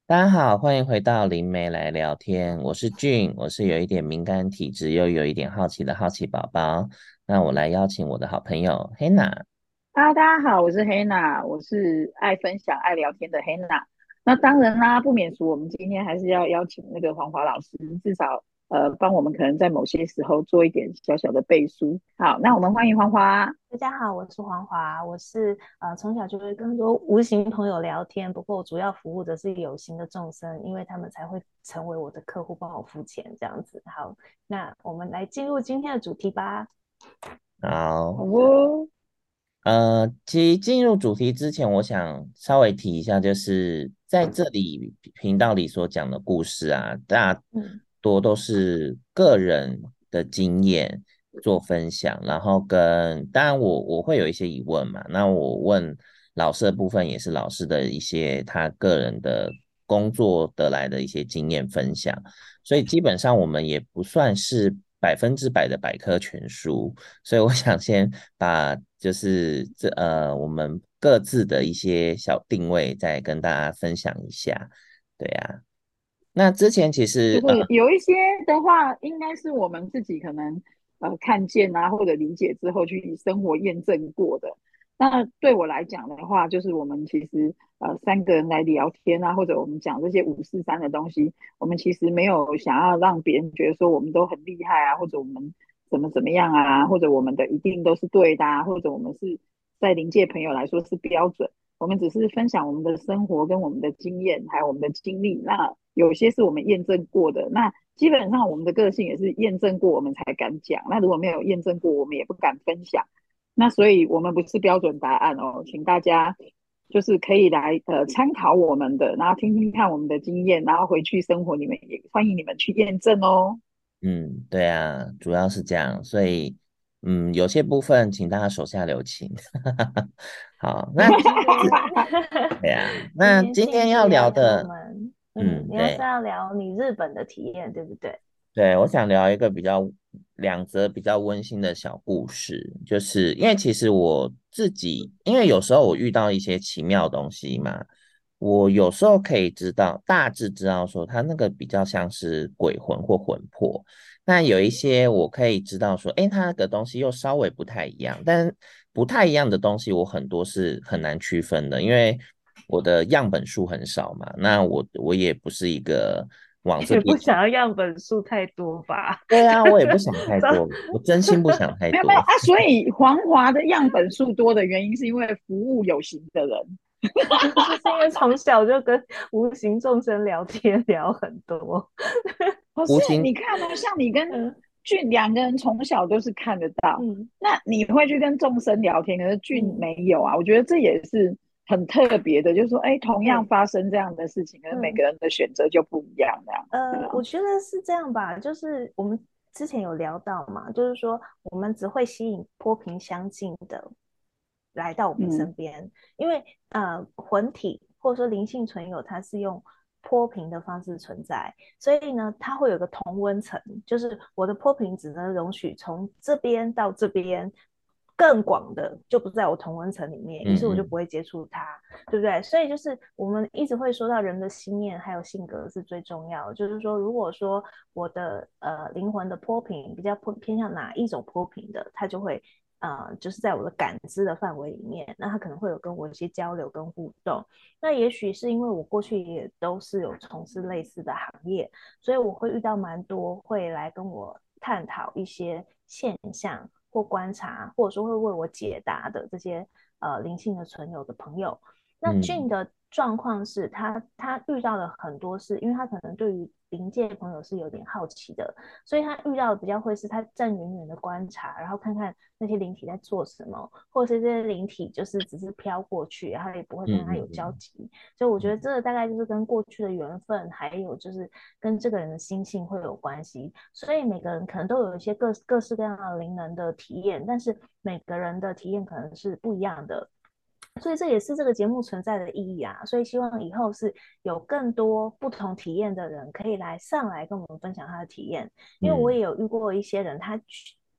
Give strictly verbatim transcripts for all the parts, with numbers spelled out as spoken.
大家好，欢迎回到灵媒来聊天。我是俊，我是有一点敏感体质又有一点好奇的好奇宝宝。那我来邀请我的好朋友黑娜。 哈，大家好，我是黑娜，我是爱分享、爱聊天的黑娜。那当然啦，不免俗，我们今天还是要邀请那个黄华老师，至少呃帮我们可能在某些时候做一点小小的背书。好，那我们欢迎黄华。 大家好，我是黄华，我是呃从小就会跟很多无形朋友聊天，不过我主要服务的是有形的众生，因为他们才会成为我的客户，帮我付钱这样子。好，那我们来进入今天的主题吧。 好， 好哦。 呃，其实进入主题之前，我想稍微提一下，就是在这里频道里所讲的故事啊，大嗯， 多都是个人的经验做分享，然后跟当然我我会有一些疑问嘛，那我问老师的部分也是老师的一些他个人的工作得来的一些经验分享，所以基本上我们也不算是百分之百的百科全书。所以我想先把就是这呃我们各自的一些小定位再跟大家分享一下。对呀，那之前其实呃就是有一些的话，应该是我们自己可能呃看见啊，或者理解之后去生活验证过的。那对我来讲的话，就是我们其实呃三个人来聊天啊，或者我们讲这些五四三的东西，我们其实没有想要让别人觉得说我们都很厉害啊，或者我们怎么怎么样啊，或者我们的一定都是对的啊，或者我们是在临界朋友来说是标准。我们只是分享我们的生活跟我们的经验，还有我们的经历。那有些是我们验证过的，那基本上我们的个性也是验证过，我们才敢讲。那如果没有验证过，我们也不敢分享。那所以我们不是标准答案哦，请大家就是可以来呃参考我们的，然后听听看我们的经验，然后回去生活，你们也欢迎你们去验证哦。 嗯对啊，主要是这样，所以嗯有些部分请大家手下留情。好，那今天对呀， 今那今天庆天要是要跟我聊的们，嗯， 嗯对。 你要是要聊你日本的体验，对不对？ 对，我想聊一个比较两则比较温馨的小故事，就是因为其实我自己，因为有时候我遇到一些奇妙的东西嘛，我有时候可以知道，大致知道说它那个比较像是鬼魂或魂魄，那有一些我可以知道说，诶，它那个东西又稍微不太一样，但不太一样的东西我很多是很难区分的，因为我的样本数很少嘛，那我我也不是一个往这边。 也不想要样本数太多吧？ 对啊，我也不想太这多，我真心不想太多。 没有没有啊，所以黄华的样本数多的原因是因为服务有形的人。 不是，是因为从小就跟无形众生聊天聊很多。 可是无形， 你看哦，像你跟嗯俊两个人从小都是看得到， 嗯那你会去跟众生聊天，可是俊嗯， 没有啊。我觉得这也是很特别的，就是说，哎，同样对， 发生这样的事情，可是每嗯个人的选择就不一样，这样，对呃， 啊。 我觉得是这样吧，就是我们之前有聊到嘛，就是说我们只会吸引波频相近的来到我们身嗯边，因为呃魂体或者说灵性存有，它是用波频的方式存在，所以呢，它会有个同温层，就是我的波频只能容许从这边到这边。更广的就不在我同温层里面，于是我就不嗯嗯会接触它，对不对？所以就是我们一直会说到人的心念还有性格是最重要的。就是说，如果说我的呃灵魂的波频比较偏向哪一种波频的，它就会呃就是在我的感知的范围里面，那它可能会有跟我一些交流跟互动。那也许是因为我过去也都是有从事类似的行业，所以我会遇到蛮多会来跟我探讨一些现象或观察，或者说会为我解答的这些呃灵性的存有的朋友。那俊嗯的状况是他他遇到了很多事，因为他可能对于灵界朋友是有点好奇的，所以他遇到的比较会是他站远远的观察，然后看看那些灵体在做什么，或者是这些灵体就是只是飘过去，然后也不会跟嗯他有交嗯集。所以我觉得嗯这个大概就是跟过去的缘分，还有就是跟这个人的心性会有关系。所以每个人可能都有一些各各式各样的灵能的体验，但是每个人的体验可能是不一样的。所以这也是这个节目存在的意义啊！所以希望以后是有更多不同体验的人可以来上来跟我们分享他的体验，因为我嗯也有遇过一些人，他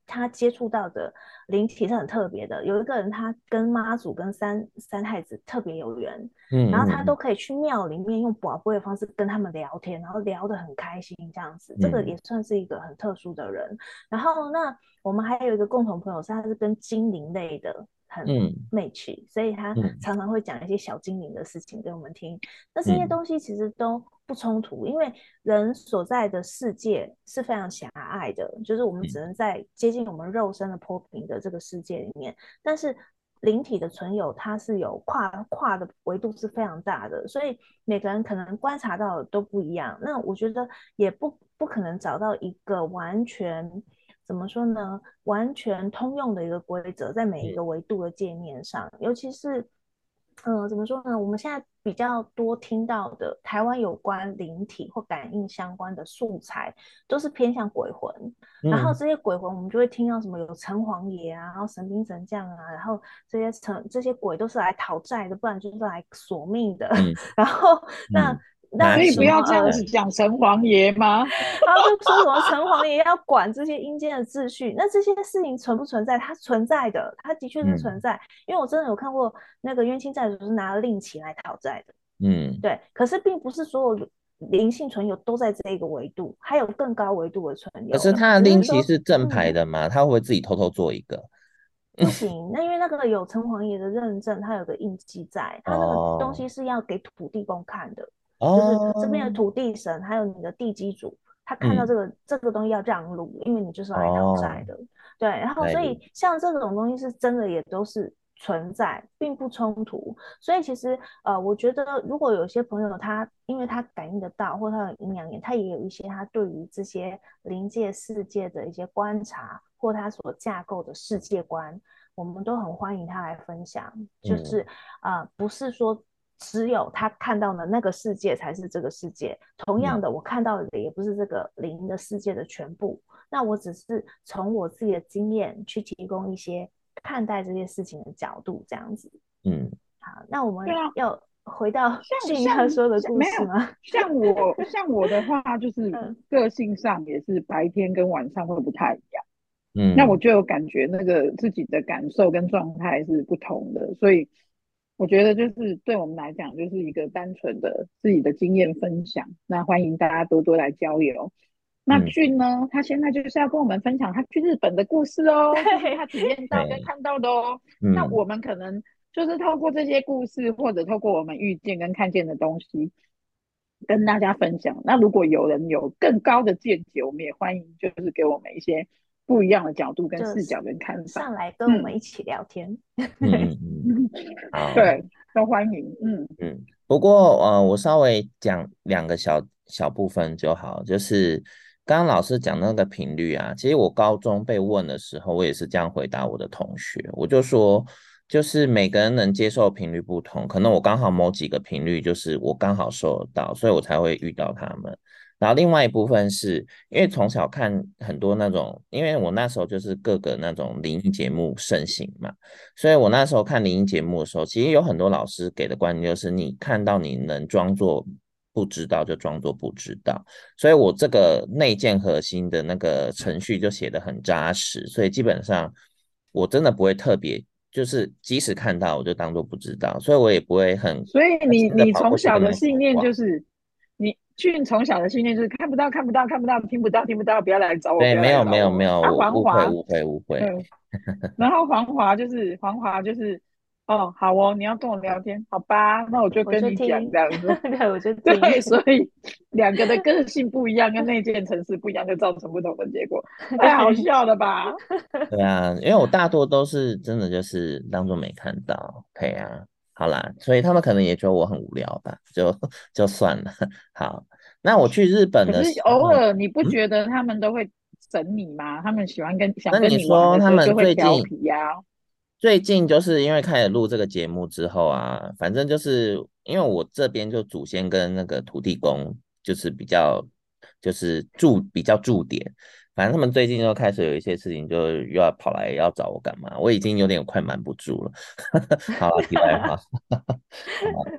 他接触到的灵体是很特别的。有一个人他跟妈祖跟三三太子特别有缘， 嗯然后他都嗯可以去庙里面用宝贝的方式跟他们聊天，然后聊得很开心这样子。这个也嗯算是一个很特殊的人。然后那我们还有一个共同朋友，是他是跟精灵类的很嗯 match，所以他嗯常常会讲一些小精灵的事情给我们听。那这些嗯东西其实都不冲突，因为人所在的世界是非常狭隘的，就是我们只嗯能在接近我们肉身的波平的这个世界里面，但是灵体的存有它是有跨跨的维度是非常大的，所以每个人可能观察到的都不一样。那我觉得也不不可能找到一个完全怎么说呢，完全通用的一个规则在每一个维度的界面上，尤其是嗯，怎么说呢？我们现在比较多听到的台湾有关灵体或感应相关的素材，都是偏向鬼魂。然后嗯这些鬼魂，我们就会听到什么有城隍爷啊，然后神兵神将啊，然后这些城这些鬼都是来讨债的，不然就是来索命的。 嗯然后那嗯， 那可以不拿行要这样什么呃子讲城隍爷吗？ 然后就说什么城隍爷要管这些阴间的秩序，那这些事情存不存在？它存在的，它的确是存嗯在，因为我真的有看过那个冤亲债主是拿了令旗来讨债的， 嗯， 对。可是并不是所有灵性存有都在这一个维度，还有更高维度的存有， 可是他的令只是说， 旗是正牌嗯， 的吗？他会不会自己偷偷做一个？ 不行，那因为那个有城隍爷的认证，它有个印记在，它那个东哦西是要给土地公看的，就是这边的哦， 土地神还有你的地基主，他看到嗯这个这个东西要让路，因为你就是来讨债哦， 的，对。然后来理， 所以像这种东西是真的也都是存在，并不冲突。所以其实呃，我觉得如果有些朋友他因为他感应得到，或他有阴阳眼，他也有一些他对于这些灵界世界的一些观察，或他所架构的世界观。我们都很欢迎他来分享，就是嗯啊、呃不是说只有他看到的那个世界才是这个世界，同样嗯的，我看到的也不是这个灵的世界的全部。那我只是从我自己的经验去提供一些看待这些事情的角度，这样子。 嗯好，那我们对啊， 要回到俊像像要说的像没有故事吗？ 像我像我的话，就是嗯个性上也是白天跟晚上会不太一样。那我嗯就有感觉那个自己的感受跟状态是不同的，所以我觉得就是对我们来讲，就是一个单纯的自己的经验分享。那欢迎大家多多来交流。那嗯， 俊呢，他现在就是要跟我们分享他去日本的故事哦，就是他对， 体验到跟对， 看到的哦。那嗯我们可能就是透过这些故事，或者透过我们遇见跟看见的东西，跟大家分享。那如果有人有更高的见解，我们也欢迎就是给我们一些不一样的角度跟就是视角跟看法。 上来跟我们嗯一起聊天。 嗯嗯嗯，好。 对，都欢迎。嗯， 嗯，不过呃，我稍微讲两个小小部分就好。就是刚刚老师讲那个频率啊，其实我高中被问的时候，我也是这样回答我的同学，我就说，就是每个人能接受的频率不同，可能我刚好某几个频率就是我刚好收得到，所以我才会遇到他们。然后另外一部分是因为从小看很多那种，因为我那时候就是各个那种灵异节目盛行嘛。所以我那时候看灵异节目的时候，其实有很多老师给的观念就是，你看到你能装作不知道就装作不知道。所以我这个内建核心的那个程序就写得很扎实，所以基本上我真的不会特别，就是即使看到我就当做不知道，所以我也不会很所以狠心的你你跑过去跟他从小的们讲话。 信念就是，你俊从小的信念就是看不到看不到看不到，听不到听不到，不要来找我， 对， 不要没有没来找我。 有没有， 啊， 我误会黄华， 误会误会。 嗯，然后黄华就是黄华就是，哦，好哦，你要跟我聊天，好吧，那我就我跟你讲就听， 这样子。 对，我就听。 对，所以两个的个性不一样，跟内建程式不一样，就造成不同的结果，太好对， 笑了吧？ 对啊，因为我大多都是真的就是当做没看到，对啊，好啦，所以他们可能也觉得我很无聊吧，就就算了。好，那我去日本可是的时候， 偶尔你不嗯， 觉得他们都会整你吗？他们喜欢跟想那你跟你玩说他们的时候就会最近调皮呀、啊。 最近就是因为开始录这个节目之后啊，反正就是因为我这边就祖先跟那个土地公就是比较就是驻比较驻点，反正他们最近又开始有一些事情，就又要跑来要找我干嘛，我已经有点快瞒不住了。好了，题外话。好，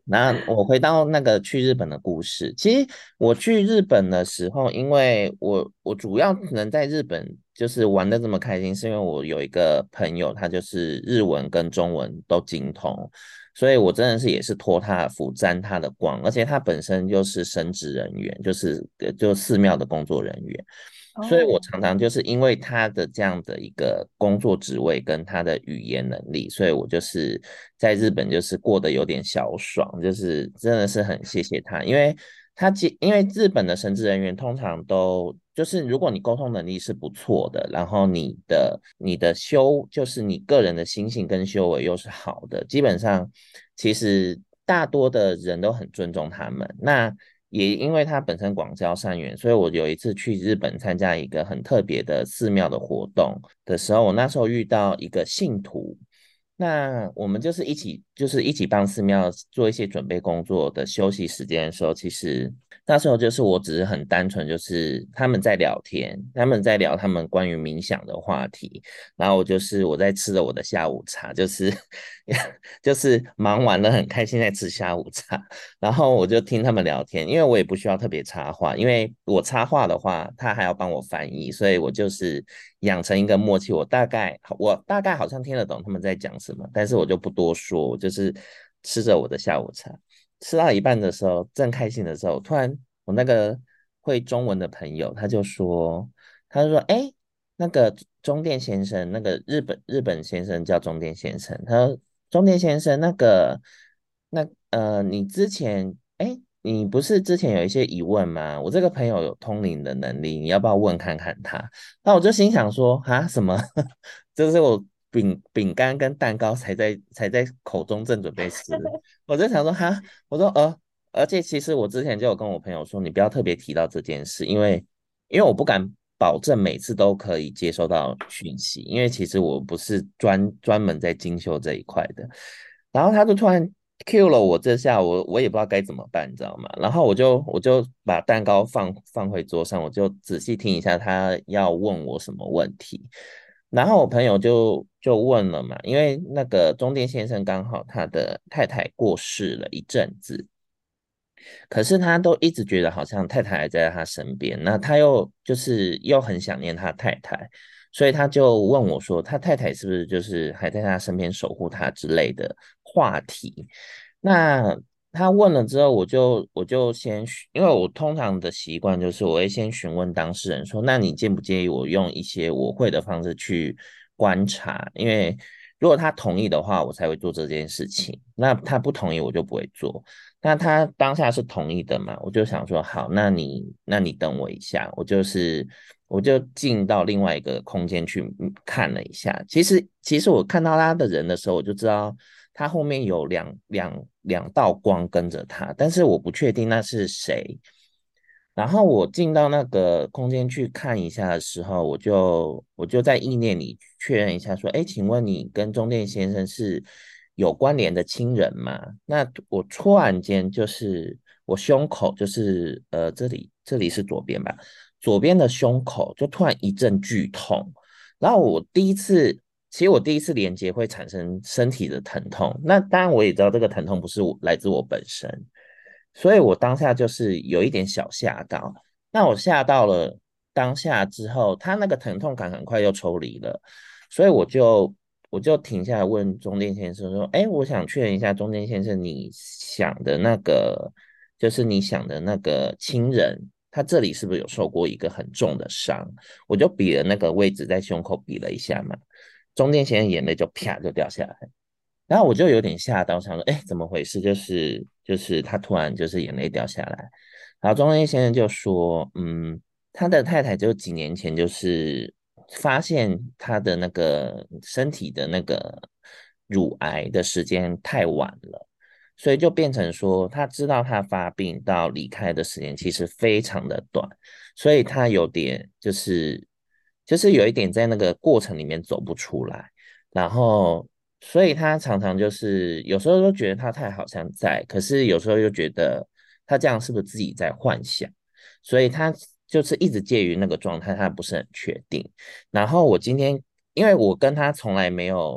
那我回到那个去日本的故事，其实我去日本的时候，因为我我主要能在日本就是玩的这么开心，是因为我有一个朋友，他就是日文跟中文都精通，所以我真的是也是托他的福，沾他的光，而且他本身就是神职人员，就是呃就寺庙的工作人员。所以我哦， 常常就是因为他的这样的一个工作职位跟他的语言能力，所以我就是在日本就是过得有点小爽，就是真的是很谢谢他，因为他其因为日本的神职人员通常都就是如果你沟通能力是不错的，然后你的你的修就是你个人的心性跟修为又是好的，基本上其实大多的人都很尊重他们。那也因为他本身广交善缘，所以我有一次去日本参加一个很特别的寺庙的活动的时候，我那时候遇到一个信徒，那我们就是一起就是一起帮寺庙做一些准备工作的休息时间的时候，其实那时候就是我只是很单纯，就是他们在聊天，他们在聊他们关于冥想的话题，然后我就是我在吃着我的下午茶，就是就是忙完了很开心在吃下午茶。然后我就听他们聊天，因为我也不需要特别插话，因为我插话的话，他还要帮我翻译，所以我就是养成一个默契，我大概我大概好像听得懂他们在讲什么，但是我就不多说，我就是吃着我的下午茶，吃到一半的时候，正开心的时候，突然我那个会中文的朋友他就说，他就说，哎，那个中电先生，那个日本日本先生叫中电先生，他说中电先生那个。那呃，你之前，哎，你不是之前有一些疑问吗？我这个朋友有通灵的能力，你要不要问看看他？那我就心想说，啊，什么？这是我饼饼干跟蛋糕才在才在口中正准备吃，我就想说，哈，我说呃，而且其实我之前就有跟我朋友说，你不要特别提到这件事，因为因为我不敢保证每次都可以接收到讯息，因为其实我不是专专门在精修这一块的。然后他就突然 Q 了我这下，我我也不知道该怎么办，你知道吗？然后我就我就把蛋糕放放回桌上，我就仔细听一下他要问我什么问题。然后我朋友就就问了嘛，因为那个中电先生刚好他的太太过世了一阵子，可是他都一直觉得好像太太还在他身边，那他又就是又很想念他太太，所以他就问我说，他太太是不是就是还在他身边守护他之类的话题？那他问了之后，我就我就先询因为我通常的习惯就是我会先询问当事人说，那你介不介意我用一些我会的方式去观察？因为如果他同意的话，我才会做这件事情；那他不同意，我就不会做。那他当下是同意的嘛？我就想说，好，那你那你等我一下，我就是我就进到另外一个空间去嗯看了一下。其实其实我看到他的人的时候，我就知道他后面有两两两道光跟着他，但是我不确定那是谁。然后我进到那个空间去看一下的时候，我就我就在意念里确认一下，说：“哎，请问你跟中电先生是有关联的亲人吗？”那我突然间就是我胸口就是呃这里这里是左边吧，左边的胸口就突然一阵剧痛，然后我第一次，其实我第一次连接会产生身体的疼痛，那当然我也知道这个疼痛不是我来自我本身。所以我当下就是有一点小吓到。那我吓到了当下之后，他那个疼痛感很快又抽离了，所以我就我就停下来问中间先生说：“哎，我想确认一下，中间先生，你想的那个，就是你想的那个亲人，他这里是不是有受过一个很重的伤？”我就比了那个位置在胸口比了一下嘛，中间先生眼泪就啪就掉下来。然后我就有点吓到，想说，哎，怎么回事？就是就是他突然就是眼泪掉下来，然后中间先生就说，嗯，他的太太就几年前就是发现他的那个身体的那个乳癌的时间太晚了，所以就变成说，他知道他发病到离开的时间其实非常的短，所以他有点就是就是有一点在那个过程里面走不出来。然后所以他常常就是有时候都觉得他太好像在，可是有时候又觉得他这样是不是自己在幻想，所以他就是一直介于那个状态，他不是很确定。然后我今天因为我跟他从来没有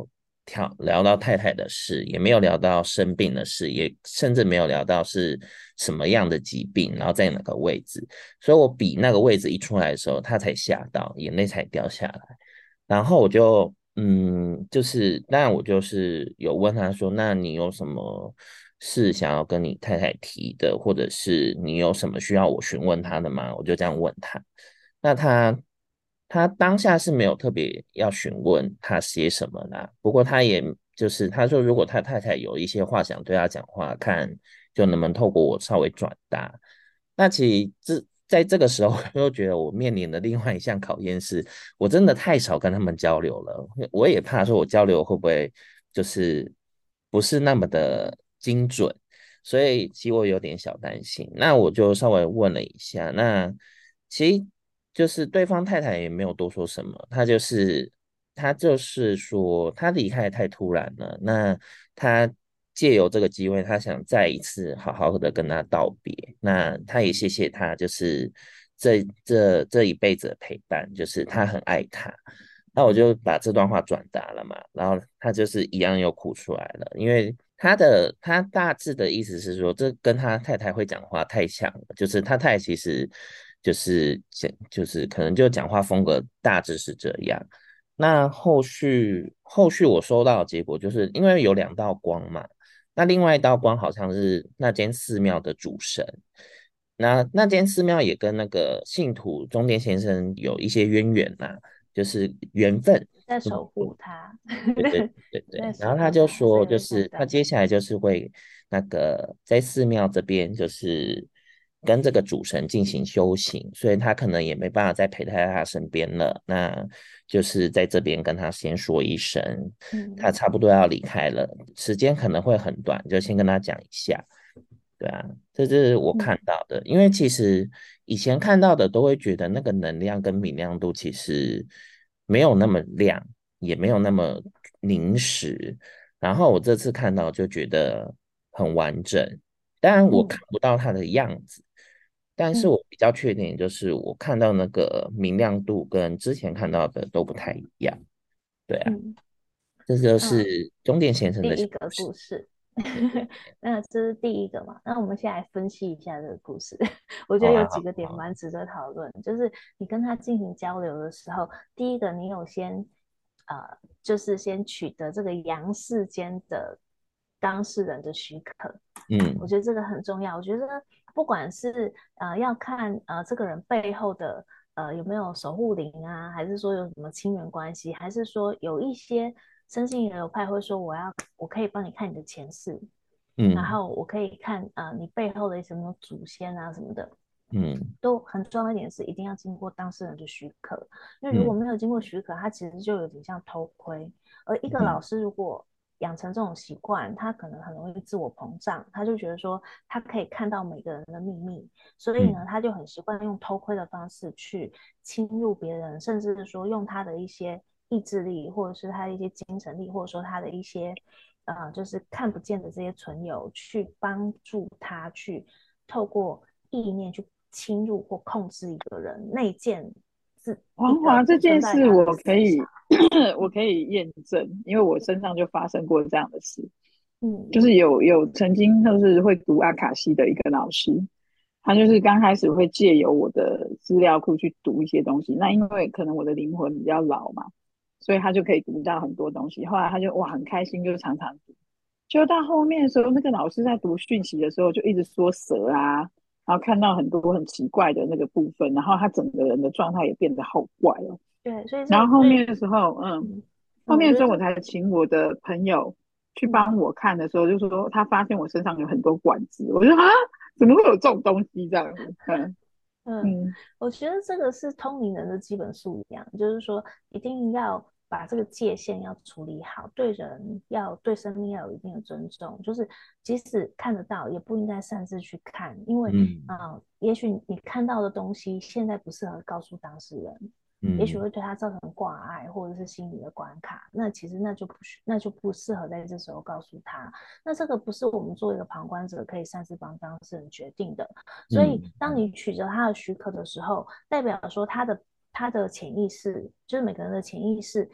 聊聊到太太的事，也没有聊到生病的事，也甚至没有聊到是什么样的疾病，然后在哪个位置。所以我比那个位置一出来的时候，他才吓到，眼泪才掉下来。然后我就嗯，就是当然我就是有问他说，那你有什么事想要跟你太太提的，或者是你有什么需要我询问他的吗？我就这样问他。那他他当下是没有特别要询问他写什么啦，不过他也就是他说，如果他太太有一些话想对他讲话，看就能不能透过我稍微转达。那其实这在这个时候，我又觉得我面临的另外一项考验是，我真的太少跟他们交流了，我也怕说我交流会不会就是不是那么的精准，所以其实我有点小担心。那我就稍微问了一下，那其实就是对方太太也没有多说什么，他就是他就是说他离开得太突然了，那他借由这个机会，他想再一次好好的跟他道别。那他也谢谢他，就是这这这一辈子的陪伴，就是他很爱他。那我就把这段话转达了嘛，然后他就是一样又哭出来了，因为他的他大致的意思是说，这跟他太太会讲话太像了，就是他太太其实就是讲就是可能就讲话风格大致是这样。那后续后续我收到的结果就是因为有两道光嘛，那另外一道光好像是那间寺庙的主神，那那间寺庙也跟那个信徒中间先生有一些渊源呐、就是缘分。 在守护他， 对对对在对，然后他守护他，所就说， 以会就是他看到。 接下来就是会那个在寺庙这边，就是跟这个主神进行修行，所以他可能也没办法再陪在他身边了。那就是在这边跟他先说一声，他嗯差不多要离开了，时间可能会很短，就先跟他讲一下。对啊，这是我嗯看到的，因为其实以前看到的都会觉得那个能量跟明亮度其实没有那么亮，也没有那么凝实，然后我这次看到就觉得很完整，当然我看嗯不到它的样子，但是嗯我比较确定就是我看到那个明亮度跟之前看到的都不太一样，对啊， 嗯这就嗯， 是中电先生的小第一个故事。 故事， 对对， 那这是第一个嘛？那我们先来分析一下这个故事。我觉好啊， 得有几个点蛮值得讨论，就是你跟他进行交流的时候，第一个你有先呃，就是先取得这个阳世间的当事人的许可，我嗯觉得这个很重要。我觉得不管是呃要看呃这个人背后的呃有没有守护灵啊，还是说有什么亲缘关系，还是说有一些生性流派会说我要我可以帮你看你的前世，然嗯后我可以看呃你背后的什么祖先啊什么的。 嗯都很重要一点是，一定要经过当事人的许可，因为如果嗯没有经过许可，他其实就有点像偷窥。而一个老嗯师如果养成这种习惯，他可能很容易自我膨胀，他就觉得说他可以看到每个人的秘密，所以呢， 嗯他就很习惯用偷窥的方式去侵入别人，甚至是说用他的一些意志力，或者是他的一些精神力，或者说他的一些呃，就是看不见的这些存有，去帮助他去透过意念去侵入或控制一个人，内建是一黄华这个存件事在他的我可以， 思想。 我可以验证，因为我身上就发生过这样的事。就嗯是有有曾经就是会读阿卡西的一个老师，他就是刚开始会借由我的资料库去读一些东西。那因为可能我的灵魂比较老嘛，所以他就可以读到很多东西。后来他就哇很开心，就常常读。就到后面的时候，那个老师在读讯息的时候，就一直说蛇啊，然后看到很多很奇怪的那个部分，然后他整个人的状态也变得好怪哦。 对，所以然后后这所以面的时候，嗯， 嗯嗯， 后面的时候我我觉得这才请我的朋友去嗯帮我看的时候，就说他发现我身上有很多管子，我就说啊，怎么会有这种东西这样子？嗯嗯， 嗯我觉得这个是通灵人的基本素养，就是说一定要把这个界限要处理好，对人要对生命要有一定的尊重，就是即使看得到，也不应该擅自去看，因为嗯啊、呃也许你看到的东西现在不适合告诉当事人，也许嗯会对他造成挂碍或者是心理的关卡，那其实那就不那就不适合在这时候告诉他，那这个不是我们作为一个旁观者可以擅自帮当事人决定的。所以， 嗯当你取得他的许可的时候，代表说他的他的潜意识，就是每个人的潜意识，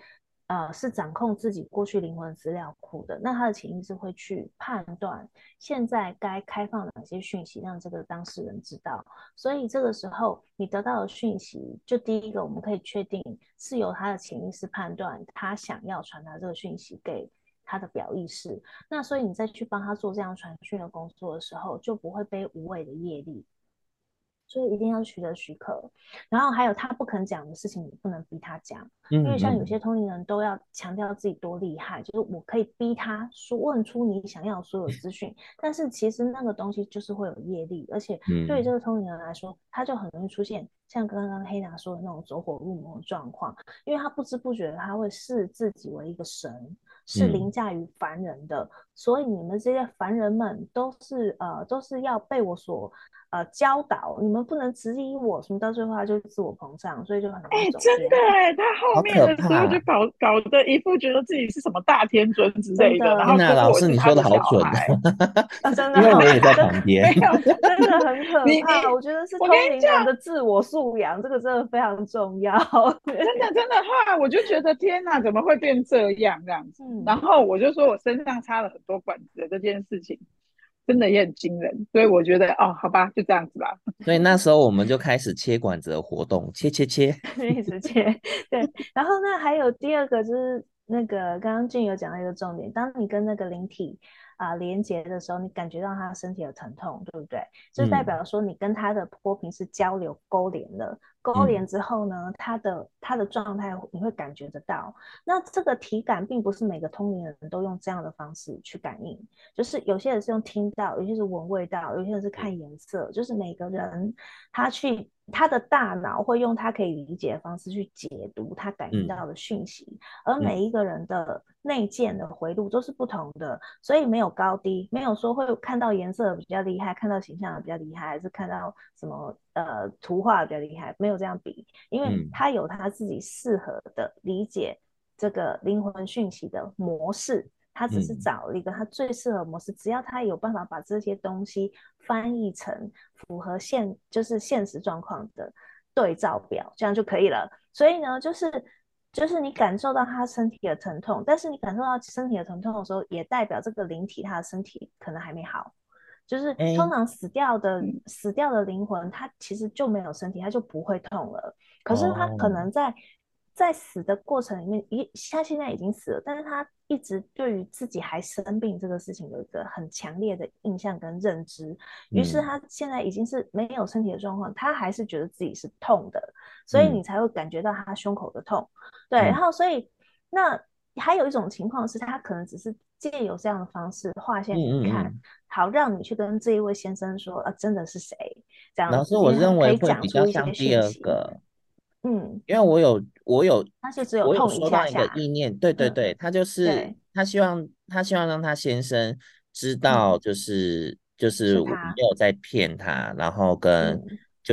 呃，是掌控自己过去灵魂资料库的，那他的潜意识会去判断现在该开放哪些讯息让这个当事人知道，所以这个时候你得到的讯息，就第一个我们可以确定是由他的潜意识判断他想要传达这个讯息给他的表意识，那所以你再去帮他做这样传讯的工作的时候，就不会背无谓的业力。所以一定要取得许可，然后还有他不肯讲的事情，你不能逼他讲，因为像有些通灵人都要强调自己多厉害，就是我可以逼他说问出你想要的所有资讯，但是其实那个东西就是会有业力，而且对于这个通灵人来说，他就很容易出现像刚刚黑娜说的那种走火入魔的状况，因为他不知不觉他会视自己为一个神，是凌驾于凡人的，嗯、所以你们这些凡人们都是呃都是要被我所呃教导，你们不能质疑我，什么到最后他就自我膨胀，所以就很容易走偏。 哎、欸，真的哎，他后面的时候就搞搞得一副觉得自己是什么大天尊之类的，然后天哪，老师你说的好准啊，真的， 因为我也在旁边， 没有，真的很可怕。我觉得是通灵人的自我素养，这个真的非常重要。 真的真的，后来我就觉得天哪，怎么会变这样这样子？嗯、然后我就说我身上插了很多管子的这件事情。真的也很惊人，所以我觉得哦，好吧，就这样子吧。 所以那时候我们就开始切管子的活动，切切切， 一直切。对，然后那还有第二个就是那个刚刚俊有讲到一个重点，当你跟那个灵体啊、呃、连接的时候，你感觉到他身体的疼痛，对不对？就是代表说你跟他的波频是交流勾连了。勾连之后呢，嗯、他的他的状态你会感觉得到。那这个体感并不是每个通灵人都用这样的方式去感应，就是有些人是用听到，有些是闻味道，有些人是看颜色，就是每个人他去他的大脑会用他可以理解的方式去解读他感应到的讯息，嗯、而每一个人的内建的回路都是不同的，所以没有高低，没有说会看到颜色比较厉害，看到形象比较厉害，还是看到什么呃图画比较厉害，没有这样比，因为他有他自己适合的理解这个灵魂讯息的模式。他只是找了一个他最适合模式，只要他有办法把这些东西翻译成符合现就是现实状况的对照表，这样就可以了。所以呢，就是就是你感受到他身体的疼痛，但是你感受到身体的疼痛的时候，也代表这个灵体他的身体可能还没好。就是通常死掉的、欸、死掉的灵魂，他其实就没有身体，他就不会痛了。可是他可能在、哦、在死的过程里面，他现在已经死了，但是他一直对于自己还生病这个事情有一个很强烈的印象跟认知，于是他现在已经是没有身体的状况，他还是觉得自己是痛的，所以你才会感觉到他胸口的痛。对，然后所以那还有一种情况是，他可能只是借由这样的方式划线给你看，嗯嗯嗯好让你去跟这一位先生说，啊，真的是谁？这样子， 老师，我认为会比较像第二个， 嗯， 因为我有我有， 他就只有我有痛一下收到一个意念，对对对，嗯、他就是他希望他希望让他先生知道，就是、嗯、就是我没有在骗他，然后跟就是、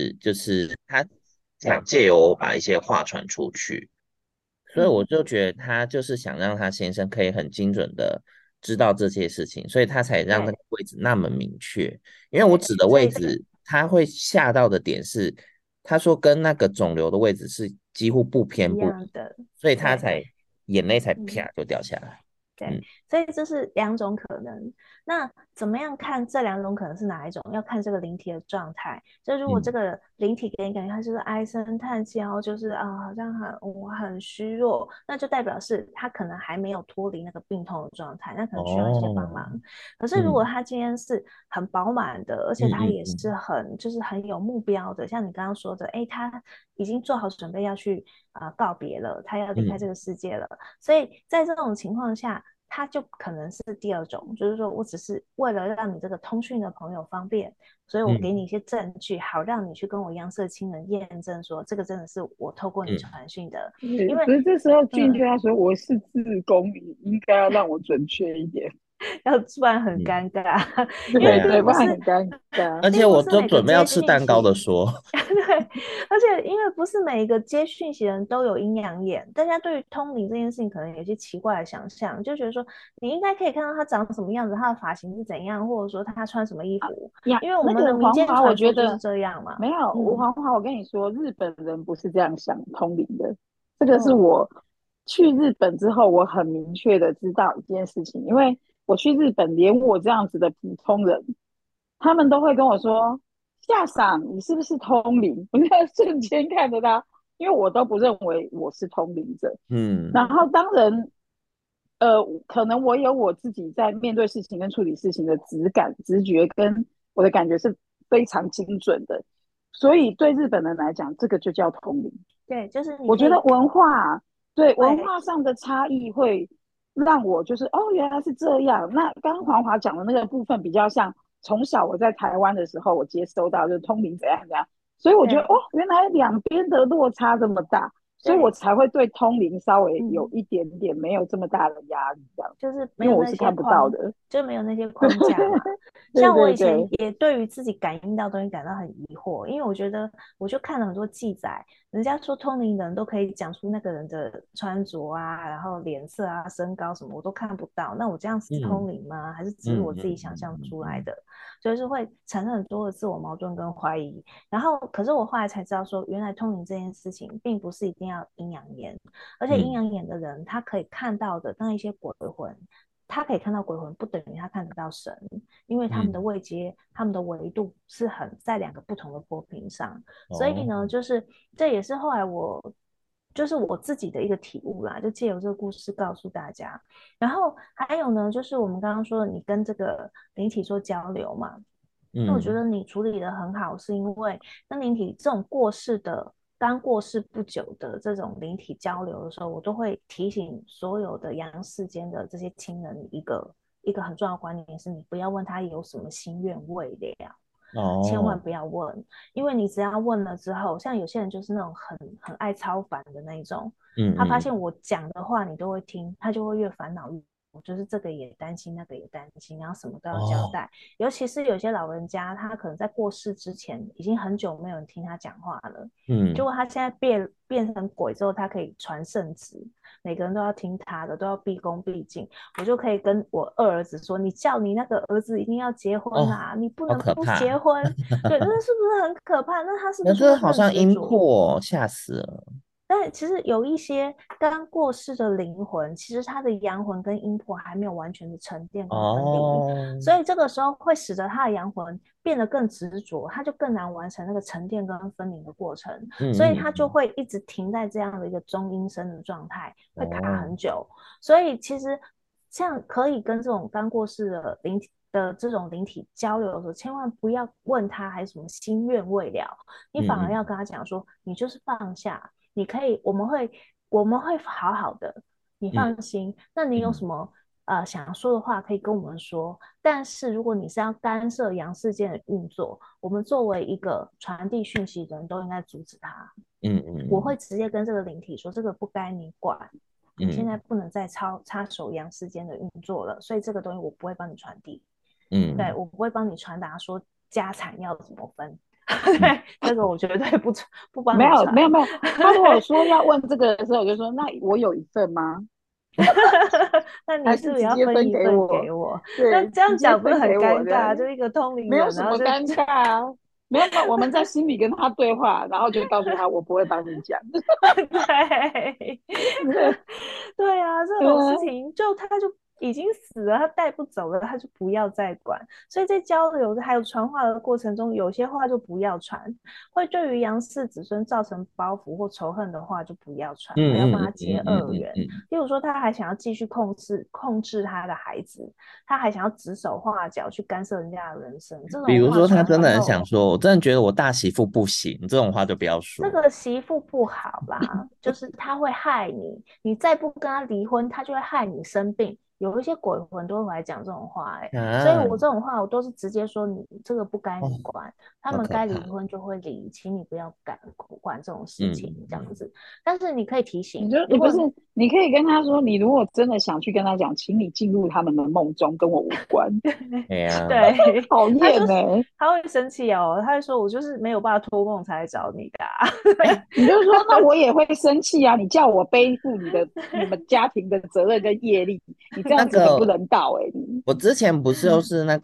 嗯、就是他想借由我把一些话传出去。所以我就觉得他就是想让他先生可以很精准的知道这些事情，所以他才让那个位置那么明确。因为我指的位置，他会吓到的点是，他说跟那个肿瘤的位置是几乎不偏不倚的，所以他才眼泪才啪就掉下来。 对，嗯、所以这是两种可能。那怎么样看这两种可能是哪一种？要看这个灵体的状态。就如果这个灵体给你感觉他就是唉声叹气，然后就是啊，好像很我很虚弱，那就代表是他可能还没有脱离那个病痛的状态，那可能需要一些帮忙。哦、可是如果他今天是很饱满的，而且他也是很、嗯、就是很有目标的，像你刚刚说的，哎，他已经做好准备要去啊、呃、告别了，他要离开这个世界了，嗯、所以在这种情况下。它就可能是第二种，就是说我只是为了让你这个通讯的朋友方便，所以我给你一些证据，嗯、好让你去跟我央社亲人验证说这个真的是我透过你传讯的。 嗯、因为所以这时候俊就要说、嗯、我是志工，你应该要让我准确一点。 要不然很尴尬， 嗯、因为对，不然很尴尬。 而且我都准备要吃蛋糕的说， 对，而且因为不是每一个接讯息的人都有阴阳眼，大家对于通灵这件事情可能有一些奇怪的想象，就觉得说你应该可以看到他长什么样子，他的发型是怎样，或者说他穿什么衣服，啊、因为我们的民间传说就是这样嘛。 没有，黄华，我跟你说，日本人不是这样想通灵的，这个是我。哦去日本之后，我很明确的知道一件事情，因为我去日本，连我这样子的普通人，他们都会跟我说：“夏赏，你是不是通灵？”我那瞬间看着他，因为我都不认为我是通灵者。然嗯后当然，呃，可能我有我自己在面对事情跟处理事情的直感、直觉，跟我的感觉是非常精准的。所以对日本人来讲，这个就叫通灵。 对，就是你我可以觉得文化对文会化上的差异会让我就是哦，原来是这样。那刚刚黄华讲的那个部分比较像从小我在台湾的时候，我接收到就是通灵怎样怎样，所以我觉得哦， 对原来两边的落差这么大，所以我对， 才会对通灵稍微有嗯。 一点点没有这么大的压力，这样， 就是没有那因为我是看不到些框， 的。 就没有那些框架嘛。 对像我以前对对， 也对于自己感应到东西感到很疑惑，因为我觉得我就看了很多记载，人家说通灵人都可以讲出那个人的穿着啊，然后脸色啊、身高什么，我都看不到。那我这样是通嗯灵吗？还是只是我自己嗯嗯想象嗯嗯出来的？所以是会产生很多的自我矛盾跟怀疑。然后，可是我后来才知道说，原来通灵这件事情并不是一定要阴阳眼，而且阴嗯阳眼的人他可以看到的那一些鬼魂。他可以看到鬼魂，不等于他看得到神，因为他们的嗯， 位阶、他们的维度是很在两个不同的波平上。所以哦， 呢，就是这也是后来我就是我自己的一个体悟啦，就借由这个故事告诉大家。然后还有呢，就是我们刚刚说的，你跟这个灵体做交流嘛，那我觉嗯得你处理的很好，是因为跟灵体这种过世的、刚过世不久的这种灵体交流的时候，我都会提醒所有的阳世间的这些亲人一个一个很重要的观念是，你不要问他有什么心愿未了。千万哦， 不要问，因为你只要问了之后，像有些人就是那种很很爱超凡的那一种， 嗯嗯他发现我讲的话你都会听，他就会越烦恼越多，就是这个也担心，那个也担心，然后什么都要交哦代。尤其是有些老人家，他可能在过世之前已经很久没有人听他讲话了，结嗯果他现在变变成鬼之后，他可以传圣旨，每个人都要听他的，都要毕恭毕敬。我就可以跟我二儿子说：“你叫你那个儿子一定要结婚哦， 啦，你不好能不可怕， 结婚。”对，那是不是很可怕？那他是不那这是会更好像阴执着？ 魄哦，吓死了。 但其实有一些刚过世的灵魂，其实他的阳魂跟阴魄还没有完全的沉淀跟分离， 哦， 所以这个时候会使得他的阳魂变得更执着，他就更难完成那个沉淀跟分离的过程，所以他就嗯嗯嗯， 会一直停在这样的一个中阴身的状态，会卡哦， 很久。所以其实像可以跟这种刚过世的灵体的这种灵体交流的时候，千万不要问他还有什么心愿未了，你反而嗯嗯要跟他讲说，你就是放下。你可以，我们会我们会好好的，你嗯放心。那你有什嗯么呃想说的话，可以跟我们说。但是如果你是要干涉阳世间的运作，我们作为一个传递讯息的人，都应该阻止他。 嗯嗯我会直接跟这个灵体说，这个不该你管，你现在嗯不能再操插手阳世间的运作了，所以这个东西我不会帮你传递。对， 嗯我不会帮你传达说家产要怎么分。 嗯， 对，这个我绝对不不帮没你传。 有没有没有，他如果说要问这个的时候，我就说那我有一份吗？ 那你还是不是也要是直接分分一份给我？ 给我？那对， 这样直接讲不是很分给我的， 尴尬？就一个通灵人， 没有什然后就么尴尬啊。没有，我们在心里跟他对话，然后就告诉他我不会帮你讲。 对，对啊，这对种事啊， 情就他就已经死了，他带不走了，他就不要再管。所以在交流还有传话的过程中，有些话就不要传，会对于杨氏子孙造成包袱或仇恨的话就不要传，不要嗯嗯帮他结嗯嗯恶缘。 嗯嗯， 例如说，他还想要继续控制控制他的孩子，他还想要指手画脚去干涉人家的人生，这比如种话说他真的很传了后， 想说，我真的觉得我大媳妇不行，这种话就不要说。 这个媳妇不好啦，就是他会害你，你再不跟他离婚，他就会害你生病。有一些鬼魂都会来讲这种话、欸，所以啊， 我这种话我都是直接说你这个不该哦， 你管，他好们可怕。 该离婚就会离，请你不要管管这种事情嗯嗯， 这样子。但是你可以提醒， 你就你不是， 如果你可以跟他说，你如果真的想去跟他讲，请你进入他们的梦中，跟我无关。 哎呀， 对， 讨他就是厌呢、欸他会生气哦，他会说我就是没有办法托梦才来找你的、啊， 你就说，那我也会生气啊！你叫我背负你的你们家庭的责任跟业力，你这那样子很不个人道哎、欸！你我之前不是又是那个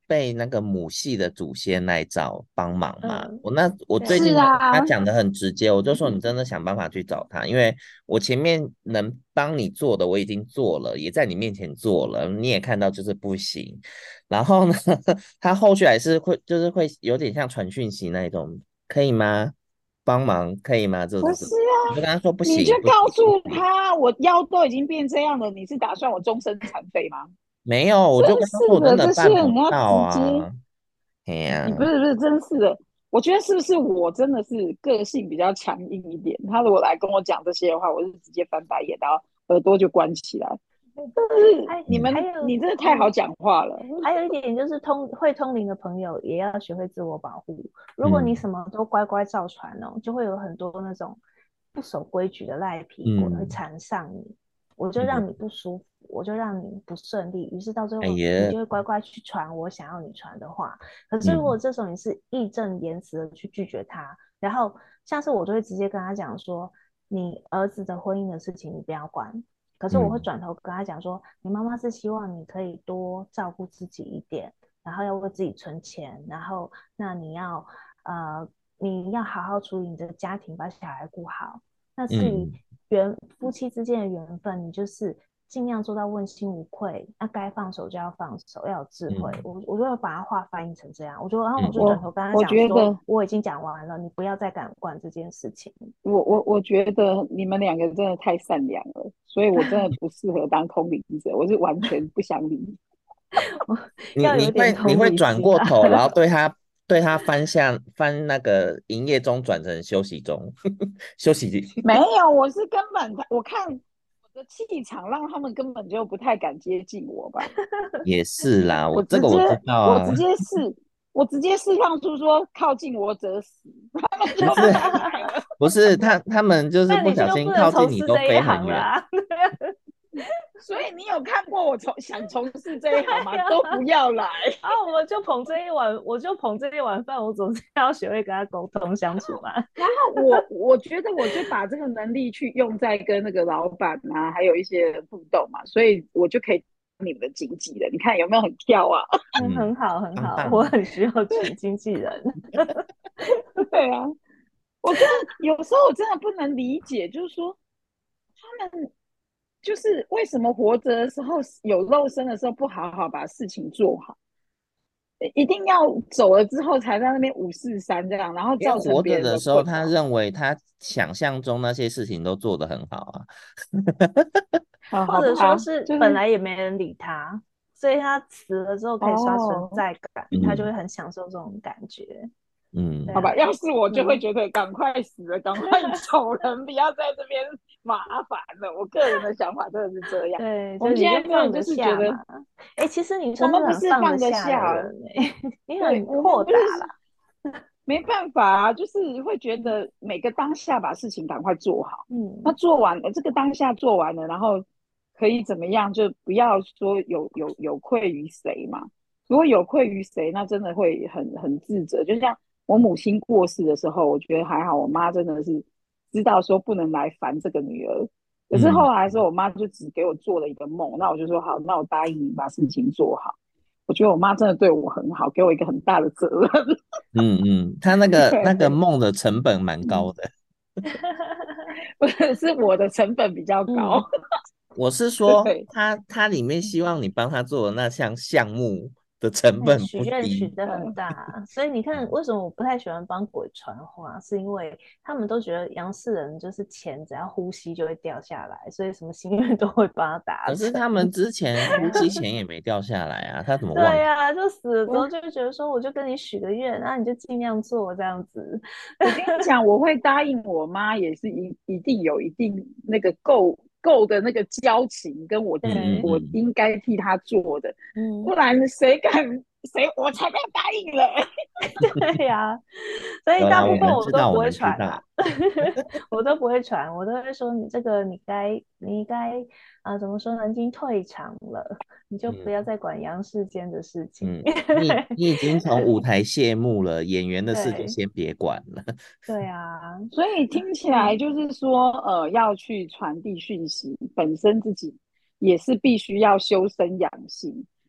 被那个母系的祖先来找帮忙嘛。 嗯， 我那我最对， 是近他啊， 讲的很直接，我就说你真的想办法去找他，因为我前面能帮你做的我已经做了，也在你面前做了，你也看到就是不行。然后呢，他后续还是会就是会有点像传讯息那一种，可以吗？帮忙可以吗？这这这， 不是啊， 我就跟他说不你就行不告诉行不行。 他，我腰都已经变这样了，你是打算我终身残废吗？ 没有，我真就跟他说我真是的，这些的办不人你要到直接， 啊。哎呀， 你不是不是，真是的。我觉得是不是我真的是个性比较强硬一点？他如果来跟我讲这些的话，我是直接翻白眼，然后耳朵就关起来。但是还你们， 还有， 你真的太好嗯， 讲话了。 还有一点就是通会通灵的朋友也要学会自我保护。如果你嗯什么都乖乖照传哦，就会有很多那种不守规矩的赖皮鬼会嗯缠上你，我就让嗯， 你不舒服，我就让你不顺利，于是到最后你哎呀， 就会乖乖去传我想要你传的话。可是如果嗯这时候你是义正言辞的去拒绝他，然后像是我就会直接跟他讲说，你儿子的婚姻的事情你不要管。可是我会嗯转头跟他讲说，你妈妈是希望你可以多照顾自己一点，然后要为自己存钱，然后那你要呃你要好好处理你的家庭，把小孩顾好。那至于嗯缘夫妻之间的缘分，你就是尽量做到问心无愧。那该放手就要放手，要有智慧。 嗯我我就会把它话翻译成这样，我就然后我就嗯转头跟他我讲说， 觉得， 我已经讲完了，你不要再敢管这件事情。 我我我觉得你们两个真的太善良了，所以我真的不适合当通灵者，我是完全不想理。 你要有你会你点同会转理心啦。 过头，然后对他对他翻向翻那个营业中转成休息中，休息。 没有，我是根本我看我的气场让他们根本就不太敢接近我吧。 也是啦，我我直接这个我知道啊。 我直接释我直接释放出说靠近我者死，他们就不是不敢来了。 不是，他他们就是那你就不小心不能从靠近你都事这一飞很远。 行了啊！ 所以你有看过我从想从事这一行吗？ 对呀、 都不要来。 啊，我就捧这一碗，我就捧这一碗饭，我总是要学会跟他沟通相处嘛。 然后我我觉得我就把这个能力去用在跟那个老板啊，还有一些互动嘛，所以我就可以当你们的经纪人。你看有没有很跳啊？ 嗯， 嗯， 很好，很好，我棒棒。 很需要请经纪人。 对啊，我真的有时候我真的不能理解，就是说他们就是为什么活着的时候有肉身的时候不好好把事情做好，一定要走了之后才在那边五四三这样，然后因为造成活别人着的时候， 的困扰。 他认为他想象中那些事情都做得很好啊。 啊， 或者说好吧， 是本就是来也没人理他，所以他死了之后可以刷存哦， 在感，他就会嗯很享受这种感觉。对嗯， 好吧， 啊， 要是我就会嗯， 觉得赶快死了，赶快走人，不要在这边麻烦了。我个人的想法真的是这样。 对， 我们就你现在真的就就放得是觉得， 下嘛。哎，其实你我们不算是很是放得放得下的下， 人哎，你对， 很我们不是豁达啦。 没办法啊，就是会觉嗯得每个当下把事情赶快做好。那嗯， 做完了，这个当下做完了，然后可以怎么样？就不要说有有有愧于谁嘛。如果有愧于谁，那真的会很很自责。就像我母亲过世的时候，我觉得还好，我妈真的是知道说不能来烦这个女儿。可是嗯后来说，我妈就只给我做了一个梦，那我就说好，那我答应你把事情做好。我觉得我妈真的对我很好，给我一个很大的责任。 嗯嗯，他那个那个对， 梦的成本蛮嗯， 高的。 不是是我的成本比较高。 嗯， 我是说， 对， 他他里面希望你帮他做的那项项目的成哎， 本许愿许不低。 的很嗯， 大，所以你看，为什么我不太喜欢帮鬼传话，是因为他们都觉得杨世人就是钱只要呼吸就会掉下来，所以什么心愿都会帮他达可是成。 他们之前呼吸前也没掉下来啊，他怎么忘记？ 对呀、就死了之后我就会觉得说，我就跟你许个愿，那你就尽量做这样子。 我跟你讲，我会答应我妈，也是一一定有一定那个够够的那个交情，跟我嗯嗯对， 我嗯， 应该替她做的，不嗯， 然谁敢谁我才不要答应了。 对呀、所以有啦，我大部分们知道，我我都不会们知传啦， 道。 我都不会传，我都会说你这个你该你该啊、呃怎么说呢？已经退场了，你就不要嗯再管阳世间的事情。 嗯，你你已经从舞台谢幕了，演员的事就对先别管了。 对啊， 所以听起来嗯， 就是说，呃，要去传递讯息，本身自己也是必须要修身养性。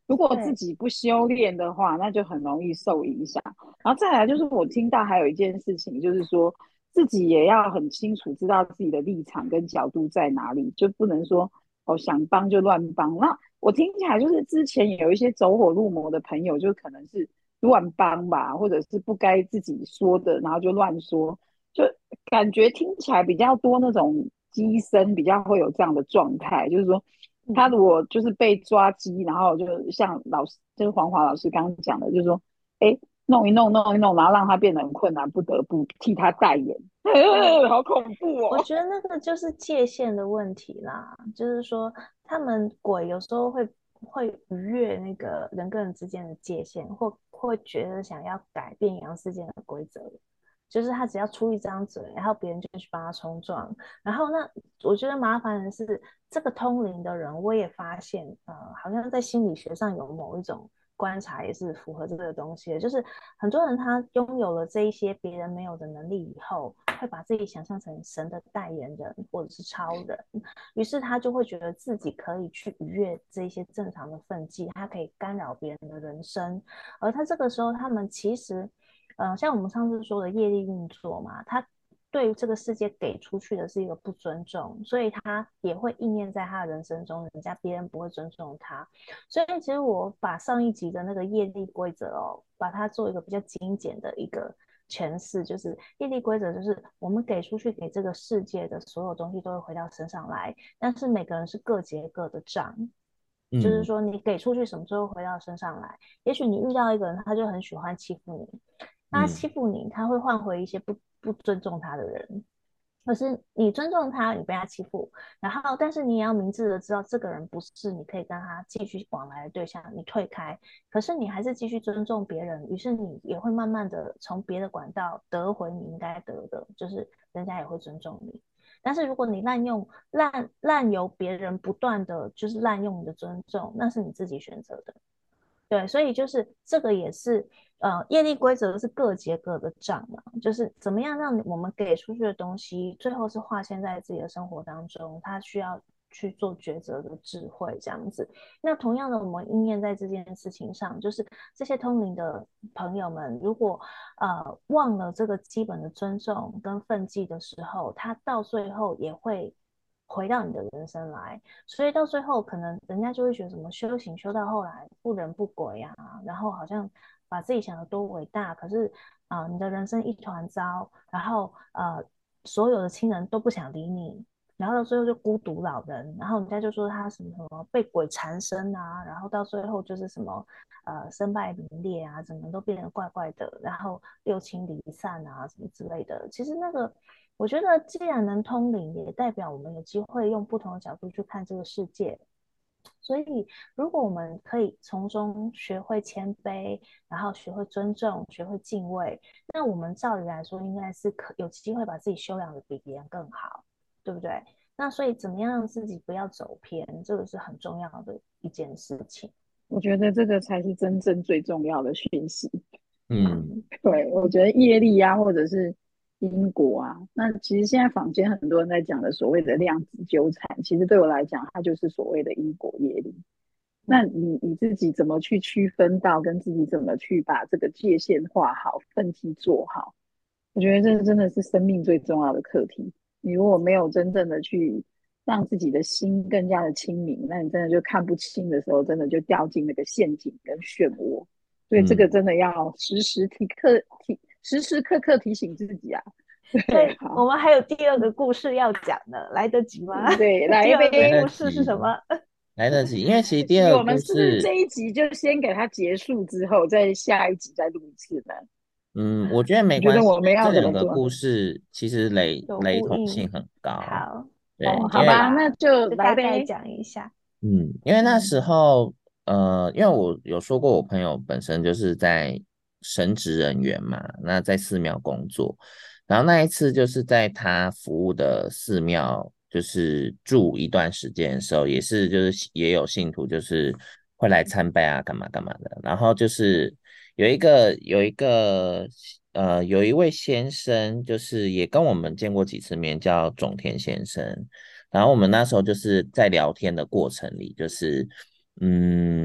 如果自对， 己不修炼的话，那就很容易受影响。然后再来就是我听到还有一件事情，就是说自己也要很清楚知道自己的立场跟角度在哪里，就不能说哦想帮就乱帮。那我听起来就是之前有一些走火入魔的朋友，就可能是乱帮吧，或者是不该自己说的，然后就乱说，就感觉听起来比较多那种机身比较会有这样的状态，就是说他嗯， 如果就是被抓鸡，然后就像老师就是黄华老师刚刚讲的，就是说，哎，弄一弄弄一弄，然后让他变得很困难，不得不替他代言， 对。 好恐怖哦。 我觉得那个就是界限的问题啦，就是说他们鬼有时候会会逾越那个人跟人之间的界限，或会觉得想要改变阳世间的规则，就是他只要出一张嘴，然后别人就去帮他冲撞，然后那我觉得麻烦的是这个通灵的人，我也发现，呃，好像在心理学上有某一种观察也是符合这个东西的，就是很多人他拥有了这一些别人没有的能力以后，会把自己想象成神的代言人或者是超人，于是他就会觉得自己可以去逾越这些正常的分际，他可以干扰别人的人生，而他这个时候他们其实。呃，像我们上次说的业力运作嘛，他对于这个世界给出去的是一个不尊重，所以他也会应验在他的人生中，人家别人不会尊重他。所以其实我把上一集的那个业力规则哦，把它做一个比较精简的一个诠释，就是业力规则就是我们给出去给这个世界的所有东西都会回到身上来，但是每个人是各结各的账。就是嗯说，你给出去什么之后回到身上来，也许你遇到一个人，他就很喜欢欺负你，他嗯欺负你，他会换回一些不不尊重他的人。可是你尊重他，你被他欺负，然后但是你也要明智的知道这个人不是你可以跟他继续往来的对象，你退开。可是你还是继续尊重别人，于是你也会慢慢的从别的管道得回你应该得的，就是人家也会尊重你。但是如果你滥用滥滥由别人不断的就是滥用你的尊重，那是你自己选择的。对，所以就是这个也是呃，业力规则是各结各的账嘛，就是怎么样让我们给出去的东西，最后是化现在自己的生活当中，它需要去做抉择的智慧这样子。那同样的，我们应验在这件事情上，就是这些通灵的朋友们，如果呃忘了这个基本的尊重跟分际的时候，他到最后也会回到你的人生来。所以到最后，可能人家就会觉得什么修行修到后来不人不鬼啊，然后好像把自己想的多伟大，可是啊、呃你的人生一团糟，然后呃所有的亲人都不想理你，然后到最后就孤独老人，然后人家就说他什么什么被鬼缠身啊，然后到最后就是什么呃身败名裂啊，整个都变得怪怪的，然后六亲离散啊什么之类的。其实那个我觉得既然能通灵，也代表我们有机会用不同的角度去看这个世界。所以，如果我们可以从中学会谦卑，然后学会尊重，学会敬畏，那我们照理来说，应该是可有机会把自己修养的比别人更好，对不对？那所以，怎么样让自己不要走偏，这个是很重要的一件事情。 我觉得这个才是真正最重要的讯息。 嗯嗯， 对，我觉得业力啊，或者是因果啊，那其实现在坊间很多人在讲的所谓的量子纠缠，其实对我来讲，它就是所谓的因果业力。那你你自己怎么去区分到，跟自己怎么去把这个界限画好，分题做好？我觉得这真的是生命最重要的课题。你如果没有真正的去让自己的心更加的清明，那你真的就看不清的时候，真的就掉进那个陷阱跟漩涡。所以这个嗯， 真的要时时提刻提时时刻刻提醒自己啊。对， 所以我好， 们还有第二个故事要讲呢，来得及吗？ 对， 第来呗。 来得二个故事是什及， 么？ 来得及，因为其实第二个故我们是不是这事， 一集就先给它结束之后，再下一集再录一次呢？ 嗯，我觉得没你觉关系， 得我们因为这要怎么做？ 两个故事其实雷有雷呼应。 同性很高， 好， 对， 哦， 因为好吧，那好啊， 就就大概来呗。 讲一下。 嗯，因为那时候，呃，因为我有说过，我朋友本身就是在神职人员嘛，那在寺庙工作，然后那一次就是在他服务的寺庙，就是住一段时间的时候，也是就是也有信徒就是会来参拜啊，干嘛干嘛的，然后就是有一个有一个呃有一位先生，就是也跟我们见过几次面，叫种田先生。然后我们那时候就是在聊天的过程里，就是嗯，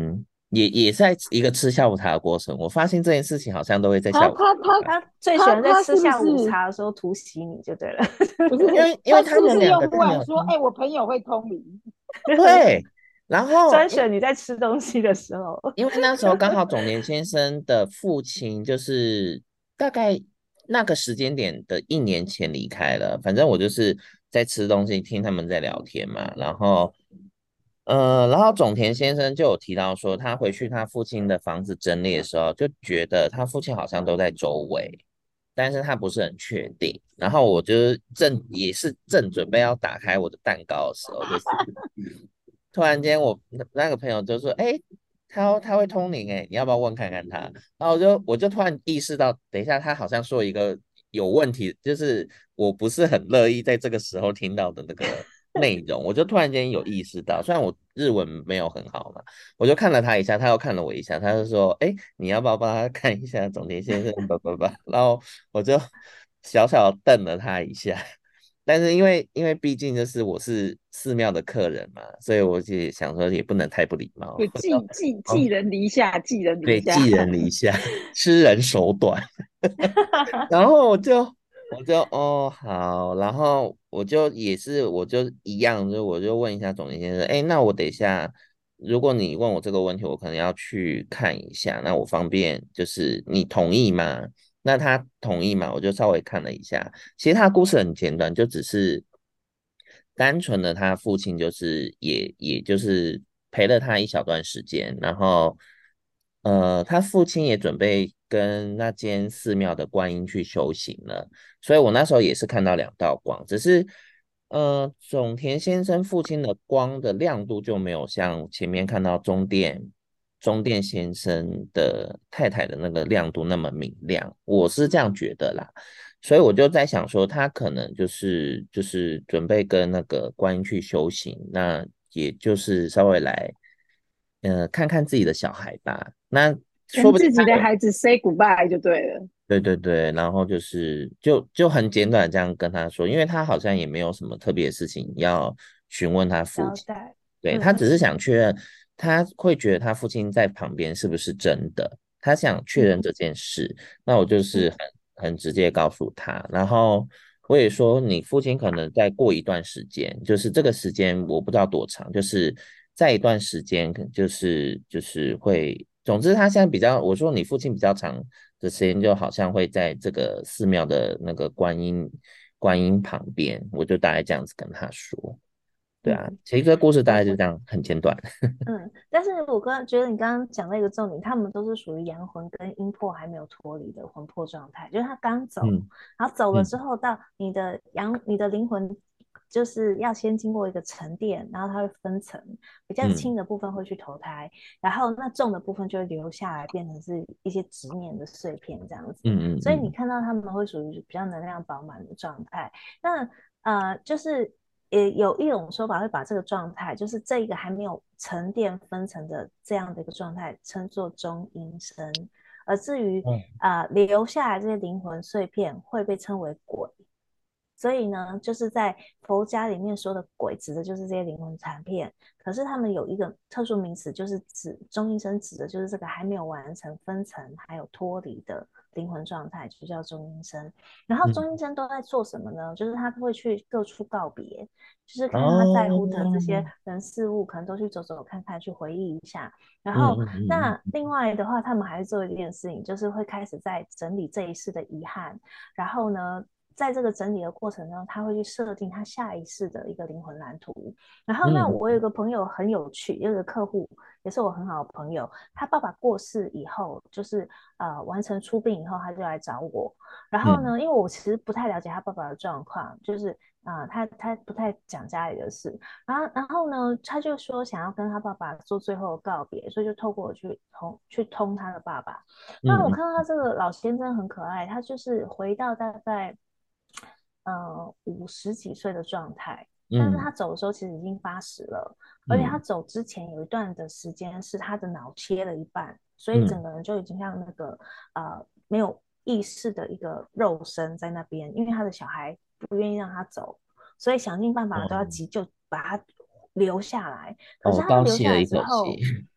也也在一个吃下午茶的过程。我发现这件事情好像都会在他下午他他他最喜欢在他他是不吃下午是茶的时候突袭你就对了。 不是因为因为他是不他们两个是用不都没有听。 完说，哎、我朋友会通灵？ 对，然后因专选你在吃东西的时候。 因为那时候刚好总年先生的父亲就是大概那个时间点的一年前离开了，反正我就是在吃东西听他们在聊天嘛，然后呃，然后种田先生就有提到说，他回去他父亲的房子整理的时候，就觉得他父亲好像都在周围，但是他不是很确定。然后我就是正也是正准备要打开我的蛋糕的时候，就是突然间我那那个朋友就说：“哎，他他会通灵哎，你要不要问看看他？”然后我就我就突然意识到，等一下他好像说一个有问题，就是我不是很乐意在这个时候听到的那个内容，我就突然间有意识到，虽然我日文没有很好嘛，我就看了他一下，他又看了我一下，他就说：“哎，你要不要帮他看一下总田先生？”叭叭叭，然后我就小小地瞪了他一下。但是因为因为毕竟就是我是寺庙的客人嘛，所以我也想说也不能太不礼貌。 就寄寄哦， 寄人篱下，寄人篱对， 下。 寄人篱下，吃人手短。然后我就我就哦好，然后我就也是我就一样，就我就问一下总监先生，哎，那我等一下，如果你问我这个问题，我可能要去看一下，那我方便就是你同意吗？那他同意嘛？我就稍微看了一下，其实他的故事很简短，就只是单纯的他父亲就是也也就是陪了他一小段时间，然后呃，他父亲也准备跟那间寺庙的观音去修行了，所以我那时候也是看到两道光，只是呃，种田先生父亲的光的亮度就没有像前面看到中殿中殿先生的太太的那个亮度那么明亮，我是这样觉得啦。所以我就在想说，他可能就是就是准备跟那个观音去修行，那也就是稍微来，呃，看看自己的小孩吧。那说跟不定他有， 自己的孩子 say goodbye 就对了。 对对对，然后就是就就很简短地这样跟他说，因为他好像也没有什么特别的事情要询问他父亲， 交代。 对，他嗯只是想确认，他会觉得他父亲在旁边是不是真的，他想确认嗯这件事。那我就是嗯很很直接告诉他，然后我也说，你父亲可能再过一段时间，就是这个时间我不知道多长，就是在一段时间，可能就是就是会，总之他现在比较，我说你父亲比较长的时间，就好像会在这个寺庙的那个观音观音旁边，我就大概这样子跟他说。对啊， 嗯。 其实这个故事大概我就这样，很简短。 嗯，但是我刚刚觉得你刚刚讲那个重点，他们都是属于阳魂跟阴魄还没有脱离的魂魄状态，就是他刚走， 嗯然后走了之嗯后，到你的阳，你的灵魂就是要先经过一个沉淀，然后它会分层，比较嗯轻的部分会去投胎，然后那重的部分就会留下来，变成是一些执念的碎片这样子。所以你嗯嗯嗯看到他们会属于比较能量饱满的状态。那呃，就是也有一种说法会把这个状态，就是这一个还没有沉淀分层的这样的一个状态，称作中阴身。而至于嗯啊、呃留下来这些灵魂碎片会被称为鬼。所以呢，就是在佛家里面说的鬼，指的就是这些灵魂残片。可是他们有一个特殊名词，就是指中阴身，指的就是这个还没有完成分层还有脱离的灵魂状态，就叫中阴身。然后中嗯， 阴身都在做什么呢？就是他会去各处告别，就是看看他在乎的这些哦， 人事物，可能都去走走看看，去回忆一下。然后， 嗯嗯嗯嗯那另外的话，他们还会做一件事情，就是会开始在整理这一世的遗憾。然后呢，在这个整理的过程中，他会去设定他下一世的一个灵魂蓝图。然后，那嗯我有个朋友很有趣，有个客户也是我很好的朋友，他爸爸过世以后，就是呃完成出殡以后，他就来找我。然后嗯呢，因为我其实不太了解他爸爸的状况，就是啊、呃他他不太讲家里的事。然后然后呢，他就说想要跟他爸爸做最后的告别，所以就透过我去通去通他的爸爸。那我嗯看到他这个老先生很可爱，他就是回到大概呃五十几岁的状态，但是嗯他走的时候其实已经八十了，而且他嗯走之前有一段的时间是他的脑切了一半，所以整嗯个人就已经像那个呃没有意识的一个肉身在那边，因为他的小孩不愿意让他走，所以想尽办法都要哦急救把他留下来。可哦， 是我他留下来倒吸了一口之后， 气。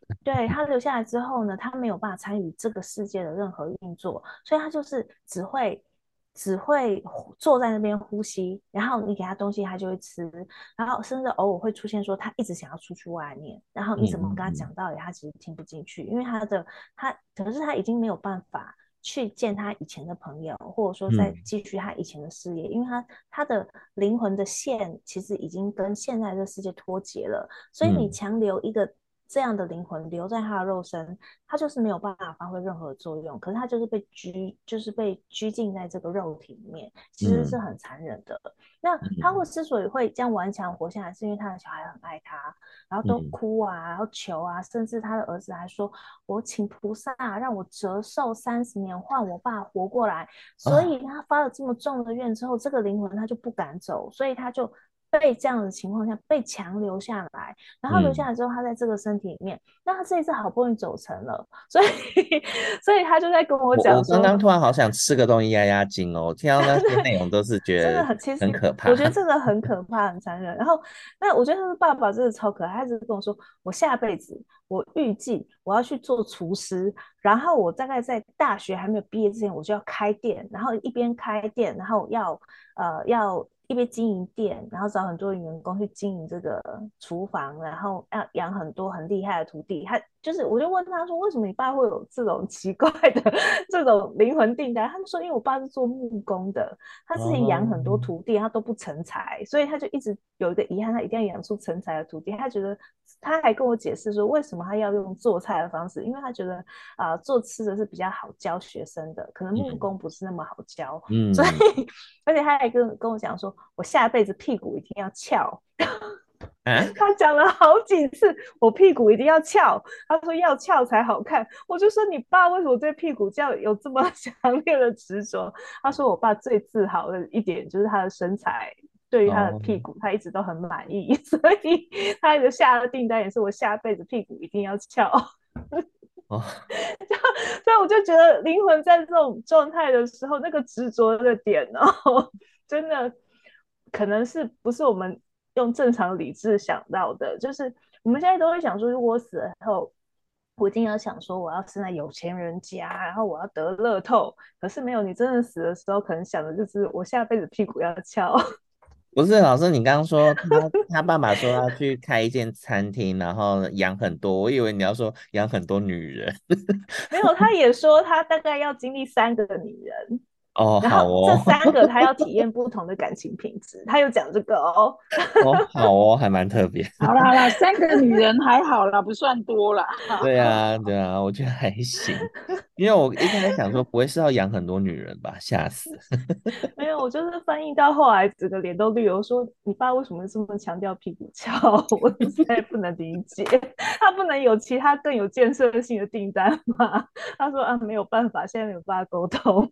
对，他留下来之后呢，他没有办法参与这个世界的任何运作，所以他就是只会只会坐在那边呼吸，然后你给他东西，他就会吃，然后甚至偶尔会出现说他一直想要出去外面，然后嗯你怎么跟他嗯嗯讲道理，他其实听不进去，因为他的他可是他已经没有办法去见他以前的朋友，或者说再嗯继续他以前的事业，因为他他的灵魂的线其实已经跟现在这世界脱节了，所以你嗯强留一个这样的灵魂留在他的肉身，他就是没有办法发挥任何作用。可是他就是被拘，就是被拘禁在这个肉体里面，其实是嗯很残忍的。那他会嗯之所以会这样顽强活下来，是因为他的小孩很爱他，然后都嗯哭啊，然后求啊，甚至他的儿子还说：“我请菩萨让我折寿三十年，换我爸活过来。”所啊， 以他发了这么重的愿之后，这个灵魂他就不敢走，所以他就被这样的情况下被强留下来。然后留下嗯。 来之后，他在这个身体里面，那他这一次好不容易走成了，所以所以他就在跟我我我刚讲说， 刚突然好想吃个东西压压惊哦，听到那些内容都是觉得真的很，其实很可怕。 我觉得这个很可怕，很残忍。然后，那我觉得他的爸爸真的超可爱，他只是跟我说，我下辈子我预计我要去做厨师，然后我大概在大学还没有毕业之前，我就要开店，然后一边开店，然后要呃要一边经营店，然后找很多员工去经营这个厨房，然后要养很多很厉害的徒弟。他就是，我就问他说，为什么你爸会有这种奇怪的这种灵魂订单？他就说，因为我爸是做木工的，他之前养哦， 很多徒弟，他都不成才，所以他就一直有一个遗憾，他一定要养出成才的徒弟。他觉得，他还跟我解释说，为什么他要用做菜的方式，因为他觉得啊、呃做吃的是比较好教学生的，可能木嗯工不是那么好教，所以嗯而且他还跟跟我讲说，我下辈子屁股一定要翘。 啊， 他讲了好几次，我屁股一定要翘。他说要翘才好看。我就说你爸为什么对屁股这样有这么强烈的执着？他说我爸最自豪的一点就是他的身材，对于他的哦屁股他一直都很满意，所以他的下的订单也是我下辈子屁股一定要翘。 哦， 所以我就觉得灵魂在这种状态的时候，那个执着的点哦，真的可能是不是我们用正常理智想到的？就是我们现在都会想说，如果我死了后，我一定要想说我要生在有钱人家，然后我要得乐透。可是没有，你真的死的时候，可能想的就是我下辈子屁股要翘。 不是老师，你刚刚说他他爸爸说要去开一间餐厅，然后养很多，我以为你要说养很多女人。 没有，他也说他大概要经历三个女人， 哦， 然后这好哦， 三个他要体验不同的感情品质，他有讲这个哦。 哦，好哦，还蛮特别。 好啦好啦，三个女人还好啦，不算多啦。 对啊，对啊，我觉得还行，因为我一开始想说不会是要养很多女人吧，吓死。 没有，我就是翻译到后来，整个脸都绿了。我说你爸为什么这么强调屁股翘？我实在不能理解，他不能有其他更有建设性的订单吗？他说啊，没有办法，现在没有办法沟通。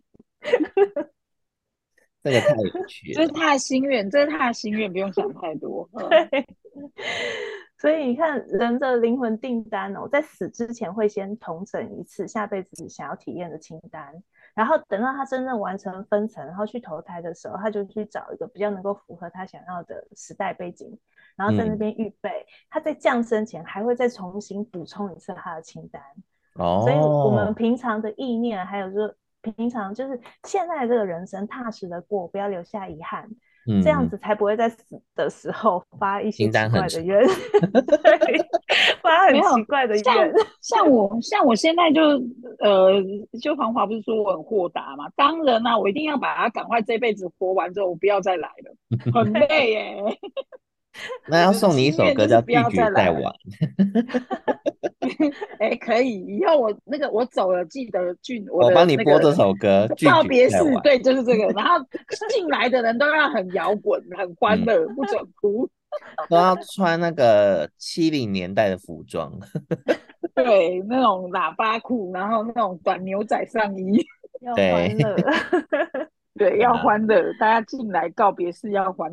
这个太有趣了。 这是他的心愿，这是他的心愿，不用想太多。嗯， 对，所以你看，人的灵魂订单哦，在死之前会先统整一次下辈子想要体验的清单，然后等到他真正完成分层，然后去投胎的时候，他就去找一个比较能够符合他想要的时代背景，然后在那嗯， 边预备。他在降生前还会再重新补充一次他的清单。所以我们哦， 平常的意念，还有就是平常就是现在这个人生踏实的过，不要留下遗憾，这样嗯嗯， 子才不会在死的时候发一些清奇单很长。 怪的愿，对，发没有很奇怪的像愿。 像我像我现在就呃，就黄华不是说我很豁达嘛？当然啦、啊我一定要把它赶快这辈子活完之后，我不要再来了，很累耶。 那我要送你一就是心首歌叫《拒愿就是不要再来了。 绝再玩》。 哎，可以，以后我那个我走了，记得去我我帮的那个你播这首歌《拒告绝别式， 再玩》。 对，就是这个。然后进来的人都要很摇滚、很欢嗯， 乐，不准哭。 都要穿那个七零年代的服装。 对，那种喇叭裤，然后那种短牛仔上衣， 要对， 欢乐。 对，要对啊， 欢乐。大家进来告别式要欢乐。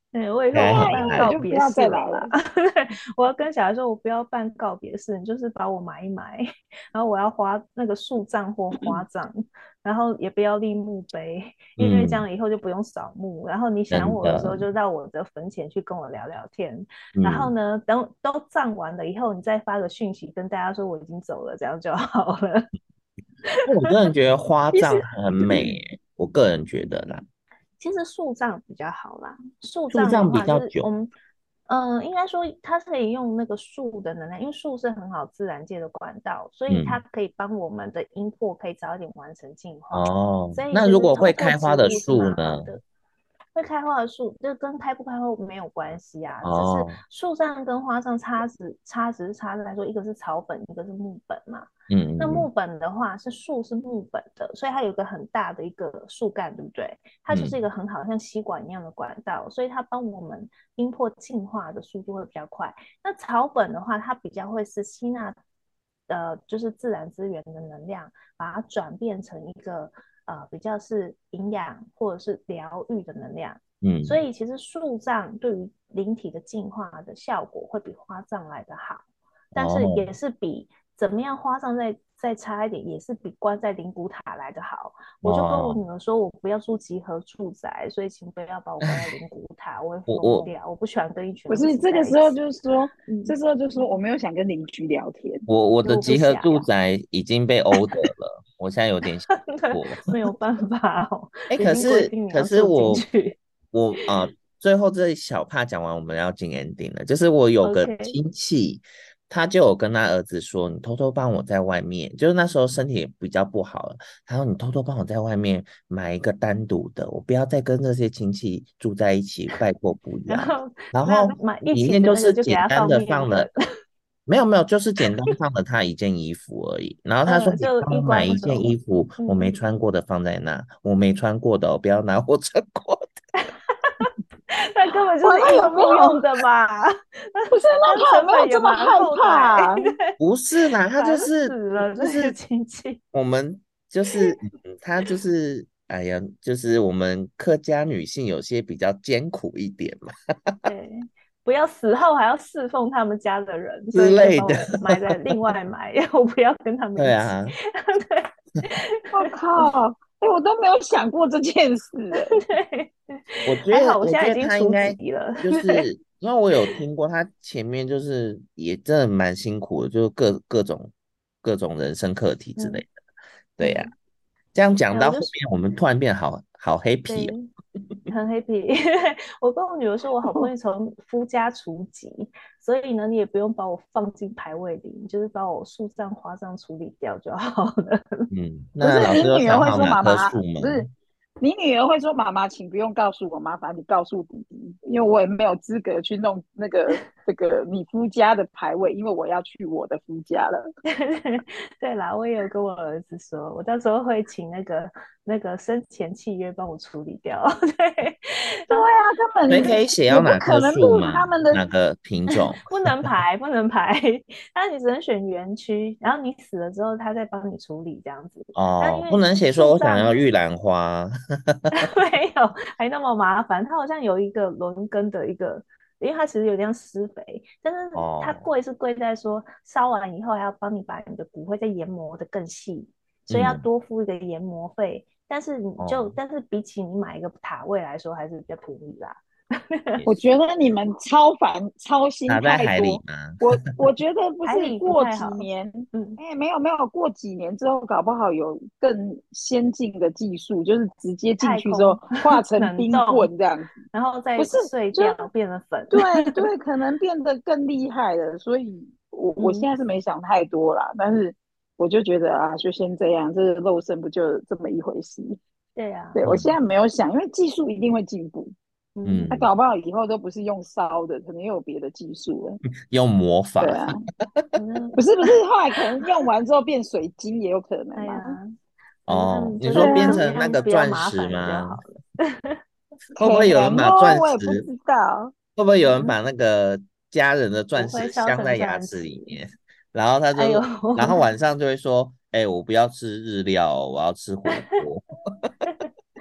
对，我以后该很不办因为嗨。 我就不要告别式再来了。 了啦。对，我要跟小孩说，我不要办告别式，你就是把我埋一埋，然后我要花那个树葬或花葬，然后也不要立墓碑，因为这嗯， 样以后就不用扫墓。然后你想真的。 我的时候，就到我的坟前去跟我聊聊天。然后嗯， 呢，等都葬完了以后，你再发个讯息跟大家说我已经走了，这样就好了。 我真的觉得花其实， 葬很美耶，我个人觉得啦。 其实树葬比较好啦，树树葬比葬的话， 较久。 就是我们，嗯、应该说它是可以用那个树的能量，因为树是很好自然界的管道，所以它嗯， 可以帮我们的阴魄可以早一点完成进化。 哦， 所以那如果会其实透过开花的植物是树呢？ 蛮好的。会开花的树，就跟开不开花没有关系啊，只是哦， 树上跟花上差值差值是差在说，一个是草本，一个是木本嘛。 嗯嗯嗯那木本的话是树是木本的，所以它有一个很大的一个树干，对不对？它就是一嗯， 个很好像吸管一样的管道，所以它帮我们阴魄净化的速度会比较快。那草本的话，它比较会是吸纳呃，就是自然资源的能量，把它转变成一个呃比较是营养或者是疗愈的能量。所嗯， 以其实树葬对于灵体的净化的效果会比花葬来的好，但是哦， 也是比怎么样花葬再再差一点，也是比关在灵骨塔来的好。我就跟我哦， 女儿说，我不要住集合住宅，所以请不要把我关在灵骨塔，我会我我疯掉。我不喜欢跟一群不是人挤这个时候， 在一起。 就是说， 嗯， 这时候就说我没有想跟邻居聊天， 我我的我不集合住想要， 宅已经被欧的了，我现在有点想过。 没有办法哦， 哎， 已经规可是可定你要住进是我去。 我啊、呃最后这一小趴讲完，我们要进 ending 了。就是我有个 OK， 亲戚，他就有跟他儿子说：“你偷偷帮我在外面，就是那时候身体也比较不好了。他说你偷偷帮我在外面买一个单独的，我不要再跟这些亲戚住在一起，拜托不要。” 然后那然后买一里面就起的那个是简单就给他放的放了， 面粉。 没有没有，就是简单放了他一件衣服而已。然后他说： 呃， “你就衣帮我买一件冠冢。 衣服，我没嗯， 穿过的放在那，我没穿过的哦，不要拿我穿过的。” 那根本就哇， 是应那有没有？ 付用的嘛， 不是，那那他有没有成本也这么害蛮后台。 怕啊？ 不是啦，他就烦死是了这些就是亲戚。 我们就是嗯他就是哎呀，就是我们客家女性有些比较艰苦一点嘛对，不要死后还要侍奉他们家的人，所之以就类的。 帮我埋在另外埋，我不要跟他们一起。 对啊， 我靠！哎，我都没有想过这件事，哎， 对， 我觉还好我现在已得我觉得经除他应该籍了。 就是因为我有听过他前面就是也真的蛮辛苦的，就各各种各种人生课题之类嗯的。对呀、 嗯， 这样讲哎，我就到后面，我们突然变得好好 happy 哦。 对，很 happy。我跟我女儿说，我好不容易从夫家除籍，所以呢，你也不用把我放进牌位里，你就是把我树葬、花葬处理掉就好了。 嗯， 不是那老师有你女儿会想好哪说妈妈， 棵树吗？ 不是你女儿会说妈妈，请不用告诉我，麻烦你告诉弟弟，因为我也没有资格去弄那个这个你夫家的牌位，因为我要去我的夫家了。 对啦，我也有跟我儿子说，我到时候会请那个那个生前契约帮我处理掉。对，然后对啊，根所以本可以写也不要哪棵可能录树吗？ 他们的。 哪个品种？ 不能排，不能排，但是你只能选园区，然后你死了之后，他再帮你处理这样子。但因哦，不为能写说我想树葬要玉兰花。 没有，还那么麻烦。它好像有一个轮耕的一个，因为它其实有点施肥，但是它哦， 贵是贵在说烧完以后还要帮你把你的骨灰再研磨的更细，所以要嗯， 多付一个研磨费。但是你就， 哦， 但是比起你买一个塔位来说，还是比较便宜啦。 我也是。 觉得你们超烦操心打在海里太多。 吗？ 我我觉得不是海里不过几太好。 年， 嗯哎，没有没有，过几年之后，搞不好有更先进的技术，就是直接进去之后太空化成冰冷冻， 棍这样子。 然后再不是，就碎掉变成粉。 对对，可能变得更厉害了。所以我我现嗯， 在是没想太多啦，但是我就觉得啊，就先这样，这肉身不就这么一回事？ 对呀、 对，我现在嗯没有想，因为技术一定会进步。那嗯嗯， 搞不好以后都不是用烧的，可能又有别的技术了。 用魔法。 对啊， 反正不是不是，后来可能用完之后变水晶也有可能嘛。 哎呀，反哦，你正就是对啊， 说变怎么成那个样不要钻石麻烦就吗？ 好了。 会不可会有人把能哦，我也不钻石？ 知道。 会不会有人嗯， 把那个家人的钻骨灰烧石镶在成牙齿钻石。 里面，然后他哎呦， 就，然后晚上就会说：“哎、我不要吃日料哦我要吃火锅。”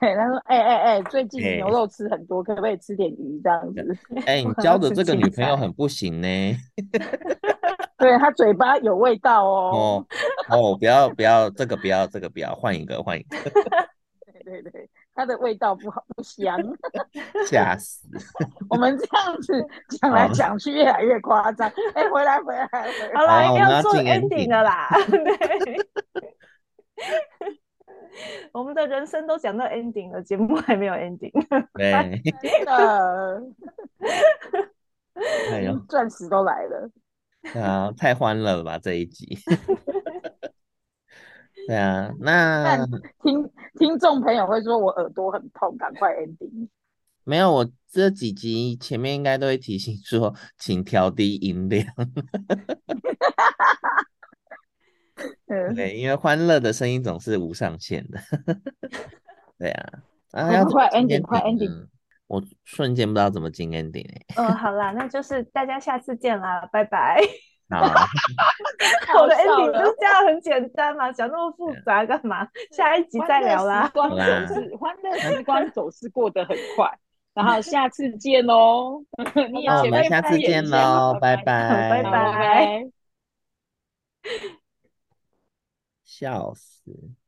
对，他说：“哎哎哎，最近哎牛肉吃很多，可不可以吃点鱼这样子？” 哎，你我要吃交的这个女青菜。 朋友很不行呢。 对，他嘴巴有味道哦。 哦哦，不要不要，这个不要，这个不要，换一个换一个， 对对对，它的味道不好不香。 吓死。 我们这样子讲来好讲去越来越夸张。哎，回来回来回来。 好啦， 好，我们要做要进 ending ending 了。 了啦。对，我们的人生都讲到 ending 了，节目还没有 ending。 对， 真的， 哎呦， 钻石都来了。 对啊，太欢乐了吧这一集。对啊，那但听听众朋友会说我耳朵很痛，赶快 ending。 没有，我这几集前面应该都会提醒说，请调低音量。 嗯， 对，因为欢乐的声音总是无上限的。对啊，啊，要快快快怎么进 ending，快 ending ending。 呢？我瞬间不知道怎么进 ending 哎、 嗯，好啦，那就是大家下次见啦，拜拜。 好， 太我的好笑 ending 不是了。 这样很简单嘛，讲那么复杂干嘛？下一集再欢乐时聊啦。 光总好啦， 是欢乐那时光总是过得很快。然后下次见哦。你也那我好啦，拜们下次前面敷衍拜， 一下，好， 见喽，拜拜拜。 拜拜， 好，拜拜。 拜。 笑死。